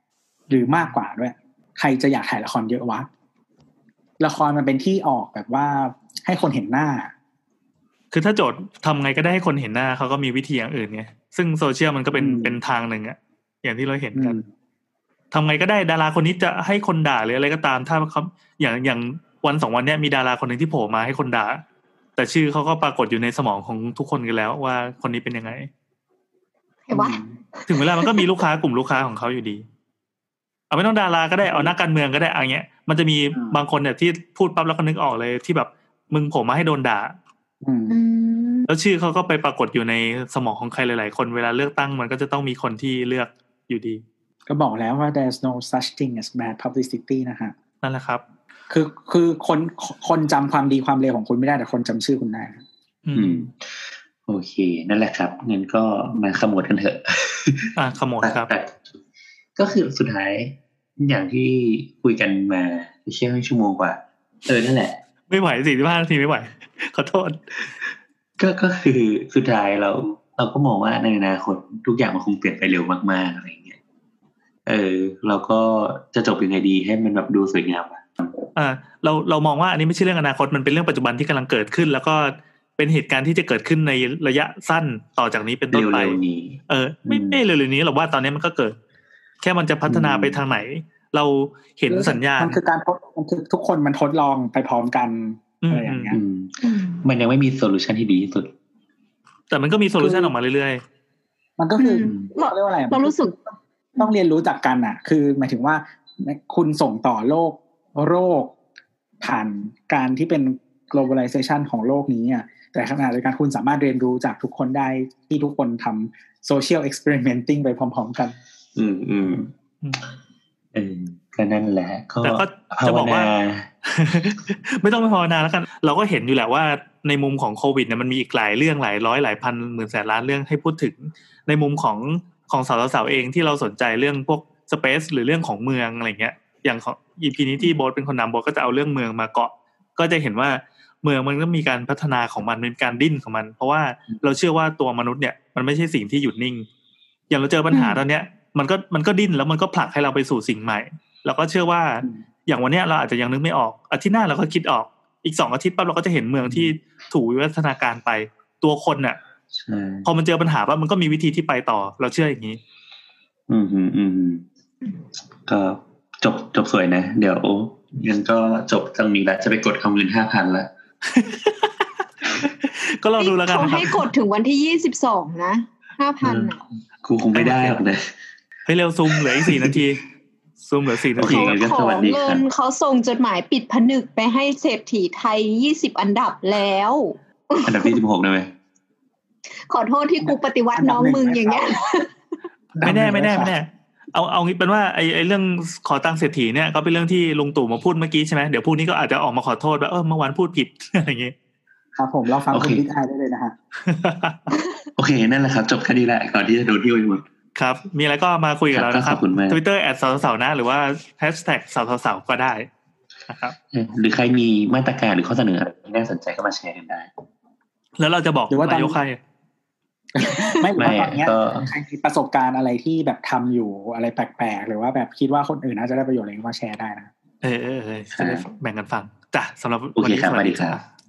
หรือมากกว่าด้วยใครจะอยากถ่ายละครเยอะวะละครมันเป็นที่ออกแบบว่าให้คนเห็นหน้าคือถ้าโจทย์ทำไงก็ได้ให้คนเห็นหน้าเขาก็มีวิธีอย่างอื่นไงซึ่งโซเชียลมันก็เป็นเป็นทางหนึ่งอะอย่างที่เราเห็นกันทำไงก็ได้ดาราคนนี้จะให้คนด่าหรืออะไรก็ตามถ้าเขาอย่างอย่างวันสองวันเนี้ยมีดาราคนหนึ่งที่โผล่มาให้คนด่าแต่ชื่อเขาก็ปรากฏอยู่ในสมองของทุกคนกันแล้วว่าคนนี้เป็นยังไงเห็นปะถึงเวลามันก็มีลูกค้ากลุ่มลูกค้าของเขาอยู่ดีเอาไม่ต้องดาราก็ได้เอานักการเมืองก็ได้อะไรเงี้ยมันจะมีบางคนเนี่ยที่พูดปั๊บแล้วก็นึกออกเลยที่แบบมึงโผล่มาให้โดนด่าแล้วชื่อเขาก็ไปปรากฏอยู่ในสมองของใครหลายๆคนเวลาเลือกตั้งมันก็จะต้องมีคนที่เลือกอยู่ดีก็บอกแล้วว่า there's no such thing as bad publicity นะฮะนั่นแหละครับคือคือคนคนจำความดีความเลวของคุณไม่ได้แต่คนจำชื่อคุณได้อืมโอเคนั่นแหละครับงั้นก็มาขมวดกันเถอะอ่ะขมวดครับก็คือสุดท้ายอย่างที่คุยกันมาเชื่อให้ชั่วโมงกว่าเออนั่นแหละไม่ไหวสี่สิบห้านาทีไม่ไหวขอโทษก็ก็คือสุดท้ายเราเราก็มองว่าในอนาคตทุกอย่างมันคงเปลี่ยนไปเร็วมากๆอะไรอย่างเงี้ยเออเราก็จะจบยังไงดีให้มันแบบดูสวยงามอ่ะอ่าเราเรามองว่าอันนี้ไม่ใช่เรื่องอนาคตมันเป็นเรื่องปัจจุบันที่กำลังเกิดขึ้นแล้วก็เป็นเหตุการณ์ที่จะเกิดขึ้นในระยะสั้นต่อจากนี้เป็นต้นไปเออไม่ไม่เร็วๆนี้หรอกว่าตอนนี้มันก็เกิดแค่มันจะพัฒนาไปทางไหนเราเห็นสัญญาณมันคือการทดมันคือทุกคนมันทดลองไปพร้อมกันอะไรอย่างเงี้ยมันยังไม่มีโซลูชันที่ดีที่สุดแต่มันก็มีโซลูชันออกมาเรื่อยๆมันก็คือเรียกว่าอะไรเรารู้สึกต้องเรียนรู้จักกันอ่ะคือหมายถึงว่าคุณส่งต่อโลกโรคผ่านการที่เป็น globalization ของโลกนี้อ่ะแต่ขณะเดียวกันคุณสามารถเรียนรู้จากทุกคนได้ที่ทุกคนทำ social experimenting ไปพร้อมๆกันอืมอืมเออก็นั่นแหละแต่ก็จะบอกว่าไม่ต้องไปภาวนาแล้วกันเราก็เห็นอยู่แหละว่าในมุมของโควิดเนี่ยมันมีอีกหลายเรื่องหลายร้อยหลายพันหมื่นแสนล้านเรื่องให้พูดถึงในมุมของของสาวๆเองที่เราสนใจเรื่องพวกสเปซหรือเรื่องของเมืองอะไรเงี้ยอย่างของ อี พี นี้ที่โบ๊ทเป็นคนนำโบ๊ทก็จะเอาเรื่องเมืองมาเกาะก็จะเห็นว่าเมืองมันก็มีการพัฒนาของมันเป็นการดิ้นของมันเพราะว่าเราเชื่อว่าตัวมนุษย์เนี่ยมันไม่ใช่สิ่งที่หยุดนิ่งอย่างเราเจอปัญหาตอนเนี้ยมันก็มันก็ดิ้นแล้วมันก็ผลักให้เราไปสู่สิ่งใหม่เราก็เชื่อว่าอย่างวันนี้เราอาจจะยังนึกไม่ออกอาทิตย์หน้าเราก็คิดออกอีกสองอาทิตย์ปั๊บเราก็จะเห็นเมืองที่ถูกวิวัฒนาการไปตัวคนน่ะพอมันเจอปัญหาปั๊บมันก็มีวิธีที่ไปต่อเราเชื่ออย่างนี้อืมอืมอืมก็จบจบสวยนะเดี๋ยวงั้นก็จบตรงนี้แล้วจะไปกดคำเงิน ห้าพัน แล้วก็ลองดูแล้วกันเขาให้กดถึงวันที่ยี่สิบสองนะ ห้าพัน น่ะกูคงไม่ได้หรอกนะให้เร็วซูมเหลืออีกสี่นาทีซูมเหลือสี่นาทีก็สวัสดีครับเขาส่งจดหมายปิดผนึกไปให้เศรษฐีไทยยี่สิบอันดับแล้วอันดับที่สิบหกได้มั้ยขอโทษที่กูปฏิวัติน้องมึงอย่างเงี้ยไม่แน่ไม่แน่ไม่แน่เอาเอางี้เป็นว่าไอ้ไอ้เรื่องขอตังค์เศรษฐีเนี่ยก็เป็นเรื่องที่ลุงตู่มาพูดเมื่อกี้ใช่มั้ยเดี๋ยวพรุ่งนี้ก็อาจจะออกมาขอโทษว่าเออเมื่อวานพูดผิดอะไรอย่างงี้ครับผมเราฟังคุณบิ๊กไอได้เลยนะฮะโอเคนั่นแหละครับจบแค่นี้แหละก่อนที่จะโดนที่อีกหมดครับมีอะไรก็มาคุยกับเรานะครับ Twitter แอท สาวสาวนะหรือว่า แฮชแท็ก สาวสาวก็ได้นะครับหรือใครมีมาตรการหรือข้อเสนออะไรที่น่าสนใจก็มาแชร์กันได้แล้วเราจะบอกนายกใครไม่ไม่ตอนนี้ใครมีประสบการณ์อะไรที่แบบทำอยู่อะไรแปลกๆหรือว่าแบบคิดว่าคนอื่นน่าจะได้ประโยชน์อะไรก็มาแชร์ได้นะเออๆๆจะได้แบ่งกันฟังจ้ะสำหรับวันนี้สวัสดีครับ